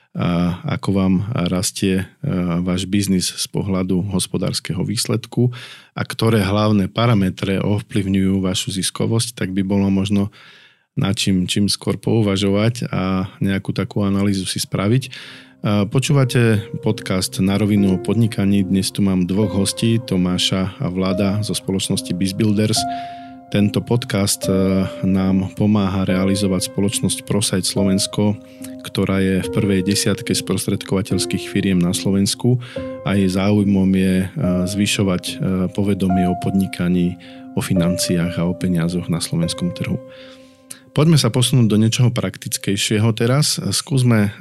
a ako vám rastie váš biznis z pohľadu hospodárskeho výsledku a ktoré hlavné parametre ovplyvňujú vašu ziskovosť, tak by bolo možno na čím, čím skôr pouvažovať a nejakú takú analýzu si spraviť. Počúvate podcast Na rovinu o podnikaní. Dnes tu mám dvoch hostí, Tomáša a Vlada zo spoločnosti BizBuilders. Tento podcast nám pomáha realizovať spoločnosť ProSite Slovensko, ktorá je v prvej desiatke sprostredkovateľských firiem na Slovensku a jej záujmom je zvyšovať povedomie o podnikaní, o financiách a o peniazoch na slovenskom trhu. Poďme sa posunúť do niečoho praktickejšieho teraz. Skúsme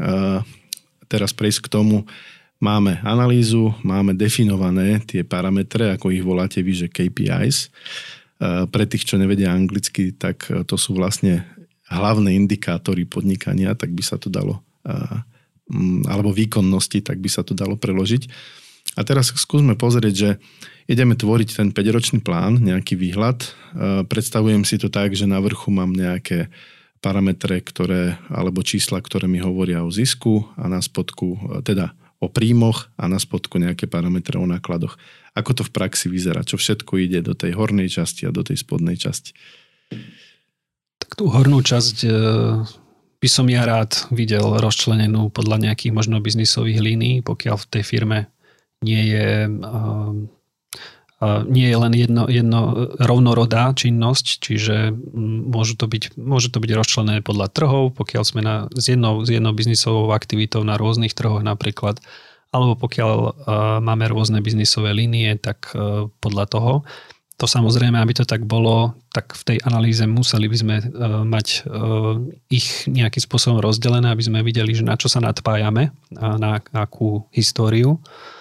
teraz prejsť k tomu. Máme analýzu, máme definované tie parametre, ako ich voláte vy, že ká pé ís. Pre tých, čo nevedia anglicky, tak to sú vlastne hlavné indikátory podnikania, tak by sa to dalo, alebo výkonnosti, tak by sa to dalo preložiť. A teraz skúsme pozrieť, že ideme tvoriť ten päťročný plán, nejaký výhľad. Predstavujem si to tak, že na vrchu mám nejaké parametre, ktoré, alebo čísla, ktoré mi hovoria o zisku a na spodku, teda o príjmoch a na spodku nejaké parametre o nákladoch. Ako to v praxi vyzerá? Čo všetko ide do tej hornej časti a do tej spodnej časti? Tak tú hornú časť by som ja rád videl rozčlenenú podľa nejakých možno biznisových línií, pokiaľ v tej firme nie je, nie je len jedno, jedno rovnorodá činnosť, čiže môžu to byť, môže to byť rozčlenené podľa trhov, pokiaľ sme na, s, jednou, s jednou biznisovou aktivitou na rôznych trhoch napríklad, alebo pokiaľ uh, máme rôzne biznisové línie, tak uh, podľa toho. To samozrejme, aby to tak bolo, tak v tej analýze museli by sme uh, mať uh, ich nejakým spôsobom rozdelené, aby sme videli, že na čo sa nadpájame, a na akú históriu.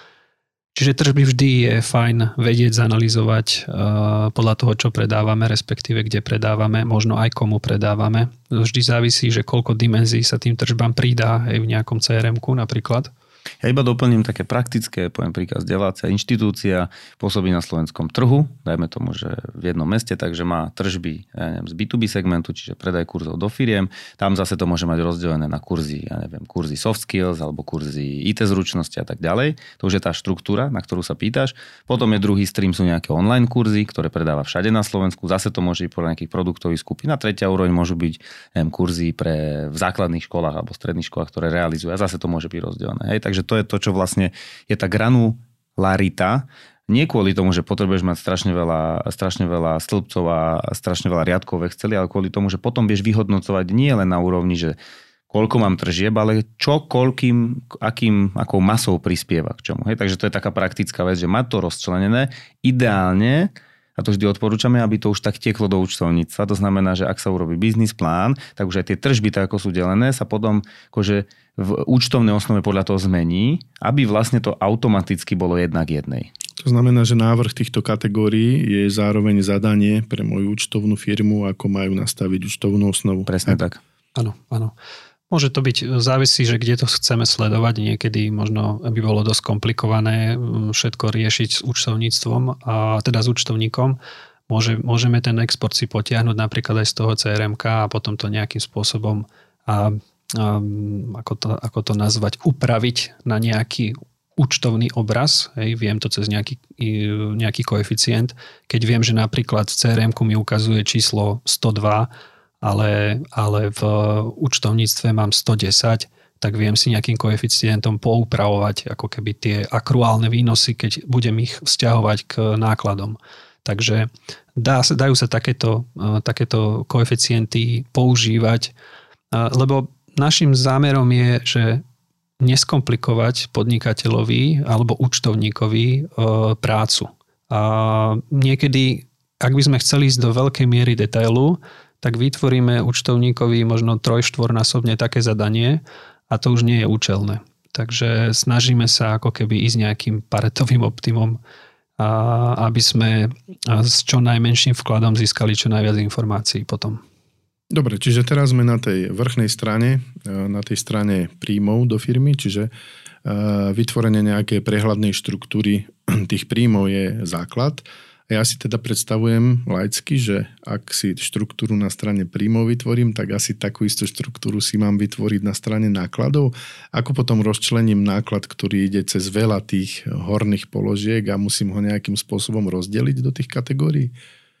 Čiže tržby vždy je fajn vedieť, zanalizovať uh, podľa toho, čo predávame, respektíve kde predávame, možno aj komu predávame. Vždy závisí, že koľko dimenzií sa tým tržbám pridá aj v nejakom cé er emku napríklad. Ja iba doplním také praktické, poviem príklad, vzdelávacia inštitúcia pôsobí na slovenskom trhu, dajme tomu, že v jednom meste, takže má tržby ja neviem, z bí tú bí segmentu, čiže predaj kurzov do firiem. Tam zase to môže mať rozdelené na kurzy, ja neviem, kurzy soft skills alebo kurzy í té zručnosti a tak ďalej. To už je tá štruktúra, na ktorú sa pýtaš. Potom je druhý stream, sú nejaké online kurzy, ktoré predáva všade na Slovensku. Zase to môže byť podľa nejakých produktových skupín. A tretia úroveň môžu byť neviem, kurzy pre v základných školách alebo stredných školách, ktoré realizuje. A zase to môže byť rozdelené. Hej, takže to je to, čo vlastne je tá granularita. Nie kvôli tomu, že potrebuješ mať strašne veľa, strašne veľa stĺpcov a strašne veľa riadkov v Exceli, ale kvôli tomu, že potom vieš vyhodnocovať nie len na úrovni, že koľko mám tržieb, ale čo, koľkým, akým, akou masou prispieva k čomu. Hej? Takže to je taká praktická vec, že mať to rozčlenené. Ideálne, a to vždy odporúčame, aby to už tak tieklo do účtovníctva. To znamená, že ak sa urobí biznis plán, tak už aj tie tržby, tak ako sú delené, sa potom akože v účtovnej osnove podľa toho zmení, aby vlastne to automaticky bolo jednak jednej. To znamená, že návrh týchto kategórií je zároveň zadanie pre moju účtovnú firmu, ako majú nastaviť účtovnú osnovu. Presne tak. Áno, áno. Môže to byť, závisí, že kde to chceme sledovať. Niekedy možno by bolo dosť komplikované všetko riešiť s účtovníctvom, a teda s účtovníkom. Môže, môžeme ten export si potiahnuť napríklad aj z toho cé er emka a potom to nejakým spôsobom a, a, ako, to, ako to nazvať, upraviť na nejaký účtovný obraz. Hej, viem to cez nejaký, nejaký koeficient. Keď viem, že napríklad v cé er emku mi ukazuje číslo sto dva, ale, ale v účtovníctve mám sto desať, tak viem si nejakým koeficientom poupravovať ako keby tie akruálne výnosy, keď budem ich vzťahovať k nákladom. Takže dá, dajú sa takéto, takéto koeficienty používať, lebo našim zámerom je, že neskomplikovať podnikateľovi alebo účtovníkovi prácu. A niekedy, ak by sme chceli ísť do veľkej miery detailu, tak vytvoríme účtovníkovi možno troj-štvornásobne také zadanie a to už nie je účelné. Takže snažíme sa ako keby ísť nejakým paretovým optimum, a aby sme s čo najmenším vkladom získali čo najviac informácií potom. Dobre, čiže teraz sme na tej vrchnej strane, na tej strane príjmov do firmy, čiže vytvorenie nejakej prehľadnej štruktúry tých príjmov je základ. Ja si teda predstavujem laicky, že ak si štruktúru na strane príjmov vytvorím, tak asi takú istú štruktúru si mám vytvoriť na strane nákladov. Ako potom rozčlením náklad, ktorý ide cez veľa tých horných položiek a musím ho nejakým spôsobom rozdeliť do tých kategórií?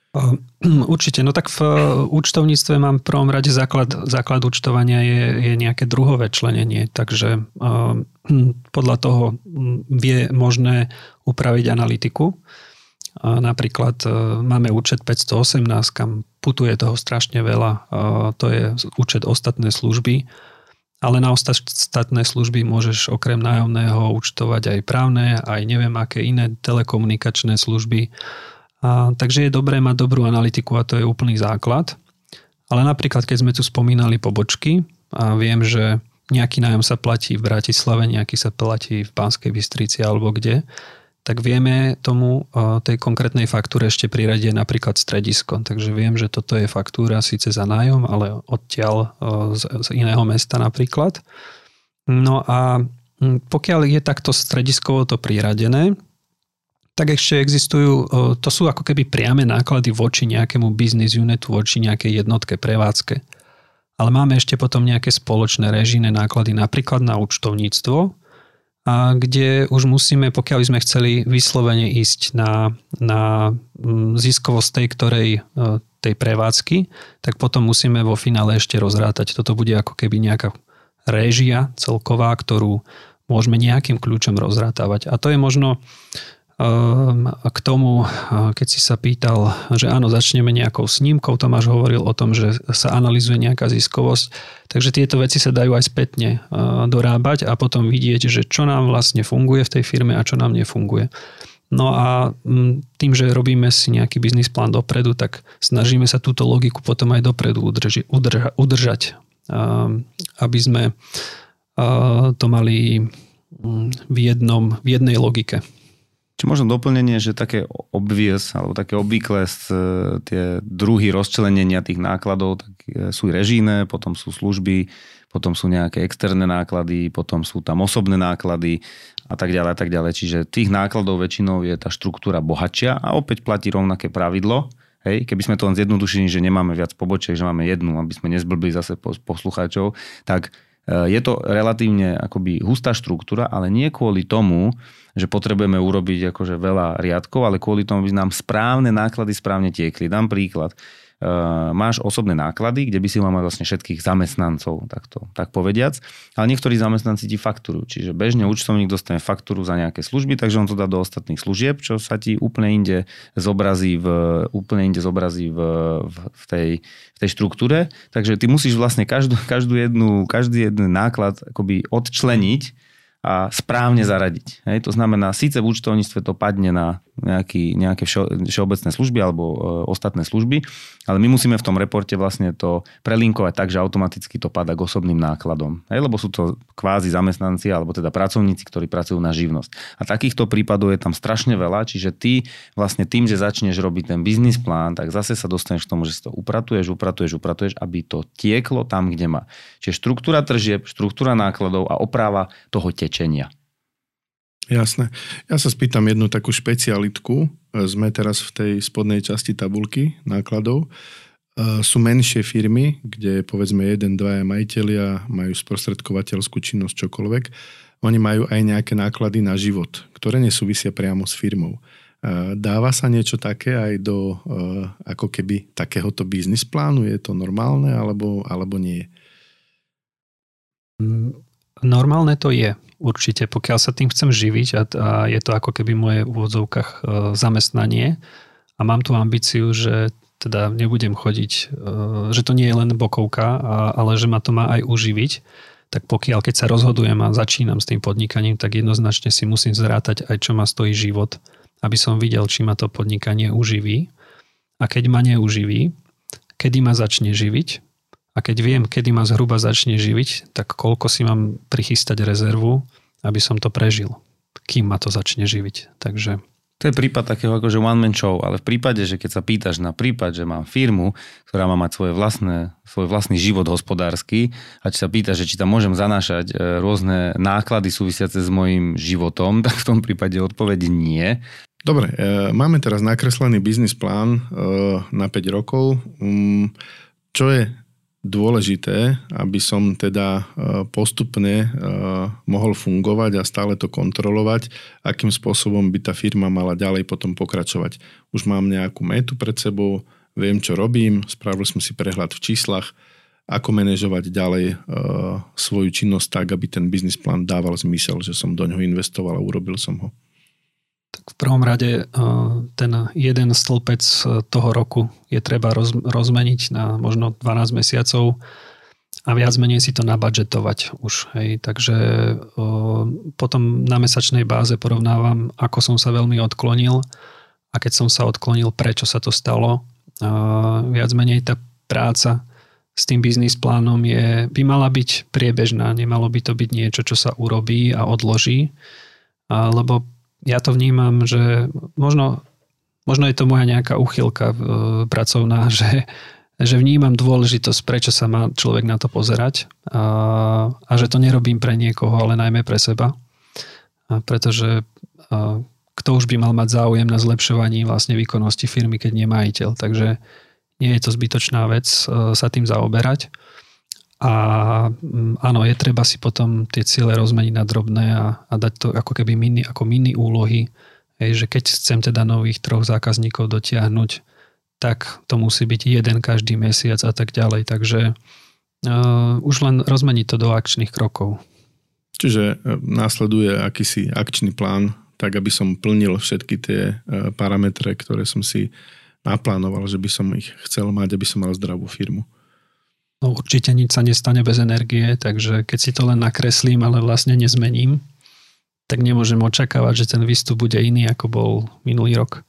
Určite. No tak v účtovníctve mám v prvom rade základ, základ účtovania je, je nejaké druhové členenie, takže uh, podľa toho je možné upraviť analytiku. Napríklad máme účet päťstoosemnásť, kam putuje toho strašne veľa. To je účet ostatné služby. Ale na ostatné služby môžeš okrem nájomného účtovať aj právne, aj neviem aké iné telekomunikačné služby. A, takže je dobré mať dobrú analytiku a to je úplný základ. Ale napríklad, keď sme tu spomínali pobočky a viem, že nejaký nájom sa platí v Bratislave, nejaký sa platí v Banskej Bystrici alebo kde, tak vieme tomu tej konkrétnej faktúre ešte priradiť napríklad stredisko. Takže viem, že toto je faktúra síce za nájom, ale odtiaľ z, z iného mesta napríklad. No a pokiaľ je takto strediskovo to priradené, tak ešte existujú, to sú ako keby priame náklady voči nejakému business unitu, voči nejakej jednotke prevádzke. Ale máme ešte potom nejaké spoločné režijné náklady napríklad na účtovníctvo, a kde už musíme, pokiaľ sme chceli vyslovene ísť na, na ziskovosť tej ktorej tej prevádzky, tak potom musíme vo finále ešte rozrátať. Toto bude ako keby nejaká réžia celková, ktorú môžeme nejakým kľúčom rozrátavať. A to je možno K tomu, keď si sa pýtal, že áno, začneme nejakou snímkou, Tomáš hovoril o tom, že sa analyzuje nejaká ziskovosť, takže tieto veci sa dajú aj spätne dorábať a potom vidieť, že čo nám vlastne funguje v tej firme a čo nám nefunguje. No a tým, že robíme si nejaký biznis plán dopredu, tak snažíme sa túto logiku potom aj dopredu udrži, udrža, udržať, aby sme to mali v, jednom, v jednej logike. Či možno doplnenie, že také obvious, alebo také obvyklé tie druhy rozčlenenia tých nákladov, tak sú režijné, potom sú služby, potom sú nejaké externé náklady, potom sú tam osobné náklady a tak ďalej a tak ďalej. Čiže tých nákladov väčšinou je tá štruktúra bohatšia a opäť platí rovnaké pravidlo. Hej, keby sme to len zjednodušili, že nemáme viac pobočiek, že máme jednu, aby sme nezblbli zase poslucháčov, tak je to relatívne akoby hustá štruktúra, ale nie kvôli tomu, že potrebujeme urobiť akože veľa riadkov, ale kvôli tomu, aby nám správne náklady správne tiekli. Dám príklad. Uh, máš osobné náklady, kde by si mal mať vlastne všetkých zamestnancov, takto, tak povediac, ale niektorí zamestnanci ti fakturujú, čiže bežne účtovník dostane faktúru za nejaké služby, takže on to dá do ostatných služieb, čo sa ti úplne inde zobrazí v, úplne inde zobrazí v, v, v, tej, v tej štruktúre, takže ty musíš vlastne každú, každú jednu, každý jeden náklad akoby odčleniť a správne zaradiť. Hej, to znamená, síce v účtovníctve to padne na nejaký, nejaké všeobecné služby alebo e, ostatné služby, ale my musíme v tom reporte vlastne to prelinkovať tak, že automaticky to padá k osobným nákladom. Hej, lebo sú to kvázi zamestnanci alebo teda pracovníci, ktorí pracujú na živnosť. A takýchto prípadov je tam strašne veľa, čiže ty vlastne tým, že začneš robiť ten biznis plán, tak zase sa dostaneš k tomu, že si to upratuješ, upratuješ, upratuješ, aby to tieklo tam, kde má. Čiže štruktúra tržieb, štruktúra nákladov a oprava toho tečenia. Jasné. Ja sa spýtam jednu takú špecialitku. Sme teraz v tej spodnej časti tabulky nákladov. Sú menšie firmy, kde povedzme jeden, dvaja majitelia majú sprostredkovateľskú činnosť čokoľvek. Oni majú aj nejaké náklady na život, ktoré nesúvisia priamo s firmou. Dáva sa niečo také aj do ako keby takéhoto biznis plánu? Je to normálne alebo, alebo nie? Normálne to je. Určite, pokiaľ sa tým chcem živiť a, a je to ako keby moje v úvodzovkách e, zamestnanie a mám tú ambíciu, že teda nebudem chodiť, e, že to nie je len bokovka, a, ale že ma to má aj uživiť, tak pokiaľ keď sa rozhodujem a začínam s tým podnikaním, tak jednoznačne si musím zrátať aj čo ma stojí život, aby som videl, či ma to podnikanie uživí a keď ma neuživí, kedy ma začne živiť. A keď viem, kedy ma zhruba začne živiť, tak koľko si mám prichystať rezervu, aby som to prežil, kým ma to začne živiť. Takže... To je prípad takého akože one man show, ale v prípade, že keď sa pýtaš na prípad, že mám firmu, ktorá má mať svoje vlastné, svoj vlastný život hospodársky a či sa pýtaš, že či tam môžem zanášať rôzne náklady súvisiace s mojím životom, tak v tom prípade odpoveď nie. Dobre, máme teraz nakreslený biznis plán na päť rokov. Čo je dôležité, aby som teda postupne mohol fungovať a stále to kontrolovať, akým spôsobom by tá firma mala ďalej potom pokračovať. Už mám nejakú metu pred sebou, viem, čo robím, spravil som si prehľad v číslach, ako manažovať ďalej svoju činnosť tak, aby ten biznis plán dával zmysel, že som do ňoho investoval a urobil som ho. Tak v prvom rade ten jeden stĺpec toho roku je treba roz, rozmeniť na možno dvanásť mesiacov a viac menej si to nabudžetovať už. Hej. Takže potom na mesačnej báze porovnávam, ako som sa veľmi odklonil a keď som sa odklonil, prečo sa to stalo. Viac menej tá práca s tým biznis plánom je, by mala byť priebežná, nemalo by to byť niečo, čo sa urobí a odloží, lebo ja to vnímam, že možno, možno je to moja nejaká uchylka pracovná, že, že vnímam dôležitosť, prečo sa má človek na to pozerať a, a že to nerobím pre niekoho, ale najmä pre seba. A pretože a, kto už by mal mať záujem na zlepšovaní vlastne výkonnosti firmy, keď nie majiteľ. Takže nie je to zbytočná vec a, sa tým zaoberať. A áno, je treba si potom tie ciele rozmeniť na drobné a, a dať to ako keby mini, ako mini úlohy, hej, že keď chcem teda nových troch zákazníkov dotiahnuť, tak to musí byť jeden každý mesiac a tak ďalej. Takže uh, už len rozmeniť to do akčných krokov. Čiže následuje akýsi akčný plán tak aby som plnil všetky tie parametre, ktoré som si naplánoval, že by som ich chcel mať, aby som mal zdravú firmu. No určite nič sa nestane bez energie, takže keď si to len nakreslím, ale vlastne nezmením, tak nemôžem očakávať, že ten výstup bude iný, ako bol minulý rok.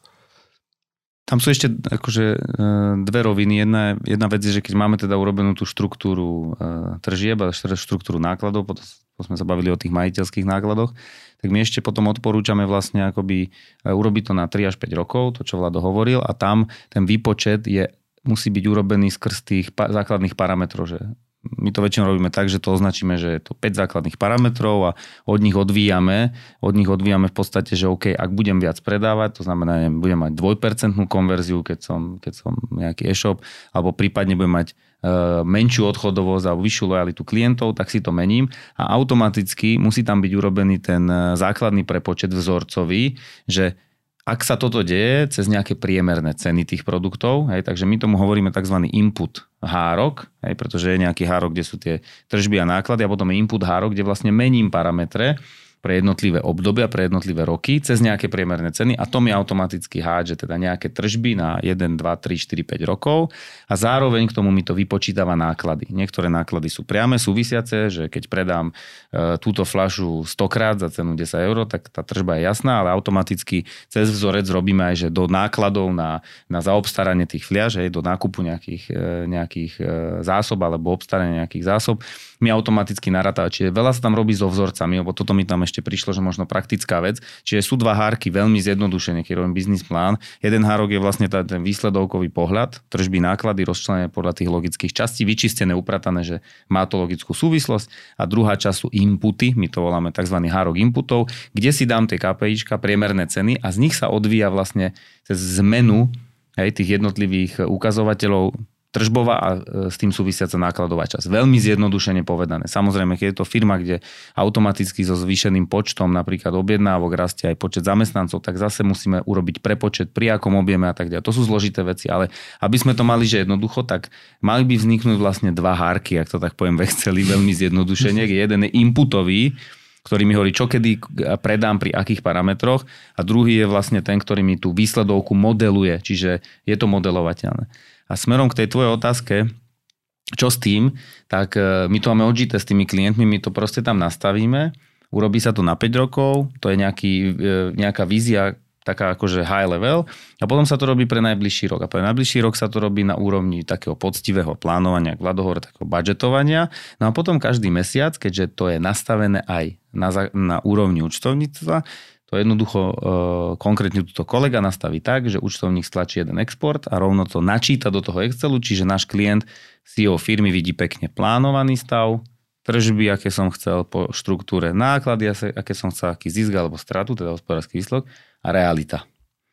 Tam sú ešte akože dve roviny. Jedna, jedna vec je, že keď máme teda urobenú tú štruktúru tržieb a štruktúru nákladov, potom sme sa bavili o tých majiteľských nákladoch, tak my ešte potom odporúčame vlastne akoby urobiť to na tri až päť rokov, to čo Vlado hovoril, a tam ten výpočet je, musí byť urobený skrz tých základných parametrov, že my to väčšinou robíme tak, že to označíme, že je to päť základných parametrov a od nich odvíjame, od nich odvíjame v podstate, že OK, ak budem viac predávať, to znamená, že budem mať dvojpercentnú konverziu, keď som, keď som nejaký e-shop, alebo prípadne budem mať uh, menšiu odchodovosť alebo vyššiu lojalitu klientov, tak si to mením a automaticky musí tam byť urobený ten základný prepočet vzorcový, že ak sa toto deje cez nejaké priemerné ceny tých produktov, hej, takže my tomu hovoríme tzv. Input hárok, hej, pretože je nejaký hárok, kde sú tie tržby a náklady a potom je input hárok, kde vlastne mením parametre pre jednotlivé obdobia, pre jednotlivé roky cez nejaké priemerné ceny a to mi automaticky hádže teda nejaké tržby na jeden, dva, tri, štyri, päť rokov a zároveň k tomu mi to vypočítava náklady. Niektoré náklady sú priame, súvisiace, že keď predám e, túto fľašu stokrát za cenu desať eur, tak tá tržba je jasná, ale automaticky cez vzorec robíme aj, že do nákladov na, na zaobstaranie tých fľaš, do nákupu nejakých, e, nejakých e, zásob alebo obstaranie nejakých zásob, mi automaticky narátava. Čiže veľa sa tam robí so vzorcami, lebo toto mi tam ešte prišlo, že možno praktická vec. Čiže sú dva hárky veľmi zjednodušené, keď robím biznis plán. Jeden hárok je vlastne ten výsledovkový pohľad, tržby, náklady rozčlenené podľa tých logických častí, vyčistené, upratané, že má to logickú súvislosť. A druhá časť sú inputy, my to voláme tzv. Hárok inputov, kde si dám tie KPIčka, priemerné ceny a z nich sa odvíja vlastne cez zmenu hej, tých jednotlivých ukazovateľov tržbová a s tým súvisiaca nákladová časť. Veľmi zjednodušene povedané. Samozrejme, keď je to firma, kde automaticky so zvýšeným počtom napríklad objednávok rastie aj počet zamestnancov, tak zase musíme urobiť prepočet pri akom objeme a tak ďalej. To sú zložité veci, ale aby sme to mali, že jednoducho, tak mali by vzniknúť vlastne dva hárky, ak to tak poviem v Exceli, veľmi zjednodušene. Jeden je inputový, ktorý mi hovorí, čo kedy predám pri akých parametroch a druhý je vlastne ten, ktorý mi tú výsledovku modeluje, čiže je to modelovateľné. A smerom k tej tvojej otázke, čo s tým, tak my to máme odžité s tými klientmi, my to proste tam nastavíme, urobí sa to na päť rokov, to je nejaký, nejaká vízia, taká akože high level a potom sa to robí pre najbližší rok. A pre najbližší rok sa to robí na úrovni takého poctivého plánovania, ak Vlado hovorí, takého budžetovania. No a potom každý mesiac, keďže to je nastavené aj na, na úrovni účtovníctva, to jednoducho e, konkrétne túto kolega nastaví tak, že účtovník stlačí jeden export a rovno to načíta do toho Excelu, čiže náš klient, C E O firmy vidí pekne plánovaný stav, tržby, aké som chcel po štruktúre, náklady, aké som chcel, aký zisk alebo stratu, teda hospodársky výsledok a realita.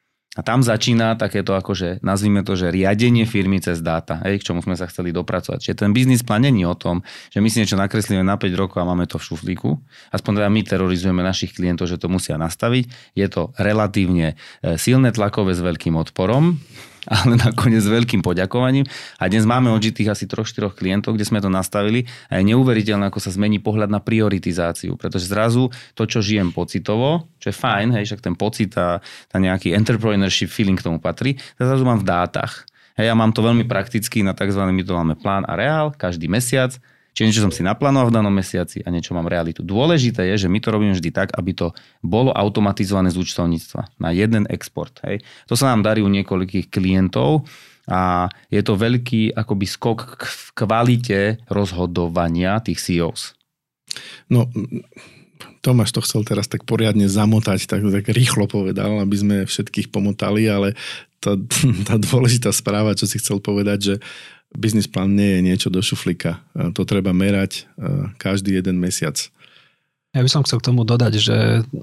A tam začína takéto akože, nazvime to, že riadenie firmy cez dáta, hej, k čomu sme sa chceli dopracovať. Čiže ten biznis plán není o tom, že my si niečo nakreslíme na päť rokov a máme to v šuflíku. Aspoň teda my terorizujeme našich klientov, že to musia nastaviť. Je to relatívne silné tlakové s veľkým odporom, ale nakoniec s veľkým poďakovaním. A dnes máme odžitých asi tri štyri klientov, kde sme to nastavili a je neuveriteľné, ako sa zmení pohľad na prioritizáciu, pretože zrazu to, čo žijem pocitovo, čo je fajn, hej, však ten pocit a tá nejaký entrepreneurship feeling k tomu patrí, tak zrazu mám v dátach. Hej, ja mám to veľmi prakticky na tzv. My to máme plán a reál každý mesiac. Čiže niečo som si naplánoval v danom mesiaci a niečo mám realitu. Dôležité je, že my to robíme vždy tak, aby to bolo automatizované z účtovníctva na jeden export. Hej. To sa nám darí u niekoľkých klientov a je to veľký akoby skok k kvalite rozhodovania tých C E Os. No, Tomáš to chcel teraz tak poriadne zamotať, tak, tak rýchlo povedal, aby sme všetkých pomotali, ale tá, tá dôležitá správa, čo si chcel povedať, že biznis plán nie je niečo do šuflíka. To treba merať každý jeden mesiac. Ja by som chcel k tomu dodať, že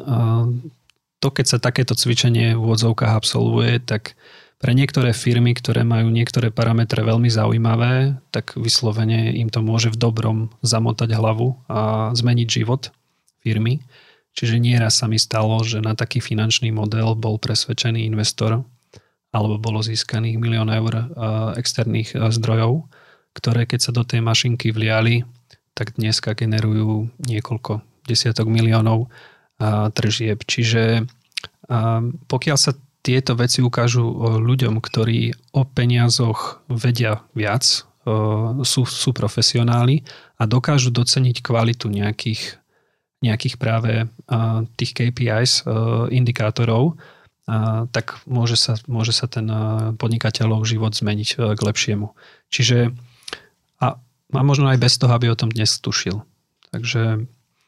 to, keď sa takéto cvičenie v úvodzovkách absolvuje, tak pre niektoré firmy, ktoré majú niektoré parametre veľmi zaujímavé, tak vyslovene im to môže v dobrom zamotať hlavu a zmeniť život firmy. Čiže nieraz sa mi stalo, že na taký finančný model bol presvedčený investor alebo bolo získaných milión eur externých zdrojov, ktoré keď sa do tej mašinky vliali, tak dneska generujú niekoľko desiatok miliónov tržieb. Čiže A pokiaľ sa tieto veci ukážu ľuďom, ktorí o peniazoch vedia viac, sú, sú profesionáli a dokážu doceniť kvalitu nejakých, nejakých práve tých ká pé ís, indikátorov, tak môže sa, môže sa ten podnikateľov život zmeniť k lepšiemu. Čiže a, a možno aj bez toho, aby o tom dnes tušil. Takže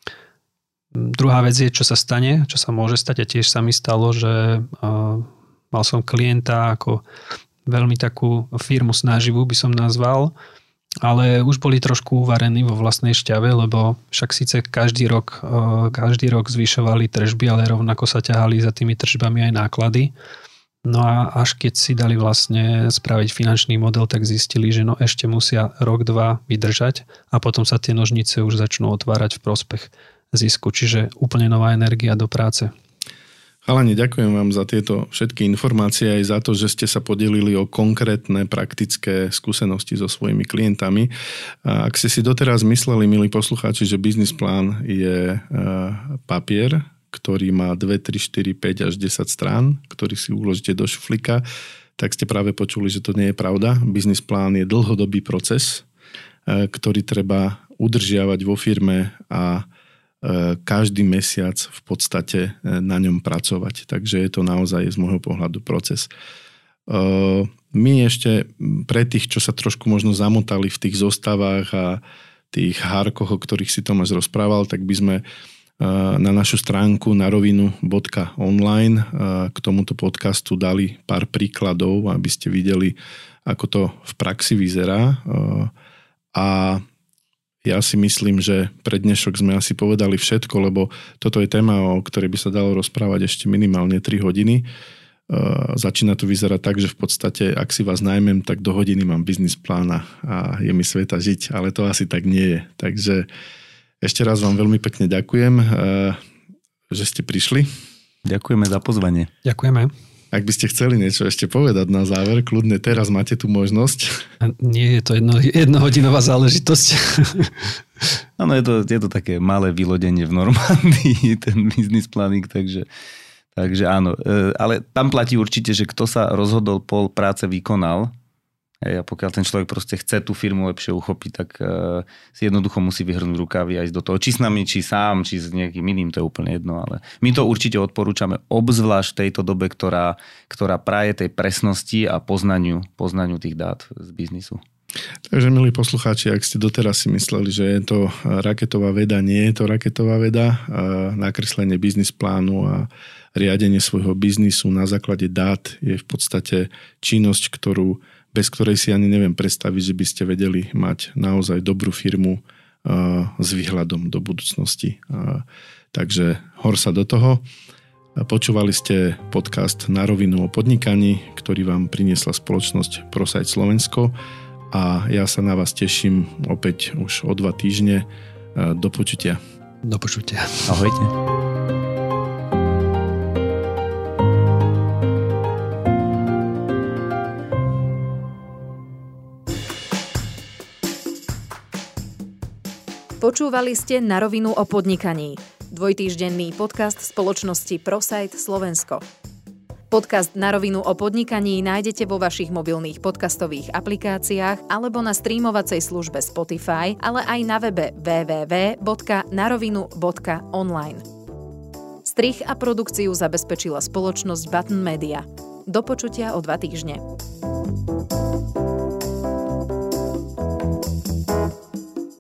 druhá vec je, čo sa stane, čo sa môže stať a tiež sa mi stalo, že uh, mal som klienta ako veľmi takú firmu snaživú by som nazval, ale už boli trošku uvarení vo vlastnej šťave, lebo však síce každý rok, uh, každý rok zvyšovali tržby, ale rovnako sa ťahali za tými tržbami aj náklady. No a až keď si dali vlastne spraviť finančný model, tak zistili, že no ešte musia rok, dva vydržať a potom sa tie nožnice už začnú otvárať v prospech zisku. Čiže úplne nová energia do práce. Chalani, ďakujem vám za tieto všetky informácie aj za to, že ste sa podelili o konkrétne praktické skúsenosti so svojimi klientami. A ak ste si doteraz mysleli, milí poslucháči, že biznis plán je papier, ktorý má dva, tri, štyri, päť až desať strán, ktorý si uložíte do šuflíka, tak ste práve počuli, že to nie je pravda. Biznis plán je dlhodobý proces, ktorý treba udržiavať vo firme a každý mesiac v podstate na ňom pracovať. Takže je to naozaj z môjho pohľadu proces. My ešte pre tých, čo sa trošku možno zamotali v tých zostavách a tých hárkoch, o ktorých si Tomáš rozprával, tak by sme na našu stránku narovinu bodka online k tomuto podcastu dali pár príkladov, aby ste videli, ako to v praxi vyzerá. A ja si myslím, že pre dnešok sme asi povedali všetko, lebo toto je téma, o ktorej by sa dalo rozprávať ešte minimálne tri hodiny. Začína to vyzerať tak, že v podstate, ak si vás najmem, tak do hodiny mám biznis plán a je mi sveta žiť, ale to asi tak nie je. Takže ešte raz vám veľmi pekne ďakujem, že ste prišli. Ďakujeme za pozvanie. Ďakujeme. Ak by ste chceli niečo ešte povedať na záver, kľudne teraz máte tú možnosť. Nie je to jedno, jednohodinová záležitosť. Áno, je to, je to také malé vylodenie v Normandii, ten business planning, takže, takže áno. Ale tam platí určite, že kto sa rozhodol, pol práce vykonal. A pokiaľ ten človek proste chce tú firmu lepšie uchopiť, tak uh, si jednoducho musí vyhrnúť rukávy a ísť do toho. Či s nami, či sám, či s nejakým iným, to je úplne jedno. Ale my to určite odporúčame, obzvlášť v tejto dobe, ktorá, ktorá praje tej presnosti a poznaniu, poznaniu tých dát z biznisu. Takže, milí poslucháči, ak ste doteraz si mysleli, že je to raketová veda, nie je to raketová veda. Nakreslenie biznis plánu a riadenie svojho biznisu na základe dát je v podstate činnosť, ktorú bez ktorej si ani neviem predstaviť, že by ste vedeli mať naozaj dobrú firmu uh, s výhľadom do budúcnosti. Uh, takže hor sa do toho. Počúvali ste podcast Na rovinu o podnikaní, ktorý vám priniesla spoločnosť ProSite Slovensko a ja sa na vás teším opäť už o dva týždne. Uh, do počutia. Do počutia. Ahojte. Počúvali ste Na rovinu o podnikaní. Dvojtýždenný podcast spoločnosti ProSite Slovensko. Podcast Na rovinu o podnikaní nájdete vo vašich mobilných podcastových aplikáciách alebo na streamovacej službe Spotify, ale aj na webe w w w bodka narovinu bodka online. Strih a produkciu zabezpečila spoločnosť Button Media. Do počutia o dva týždne.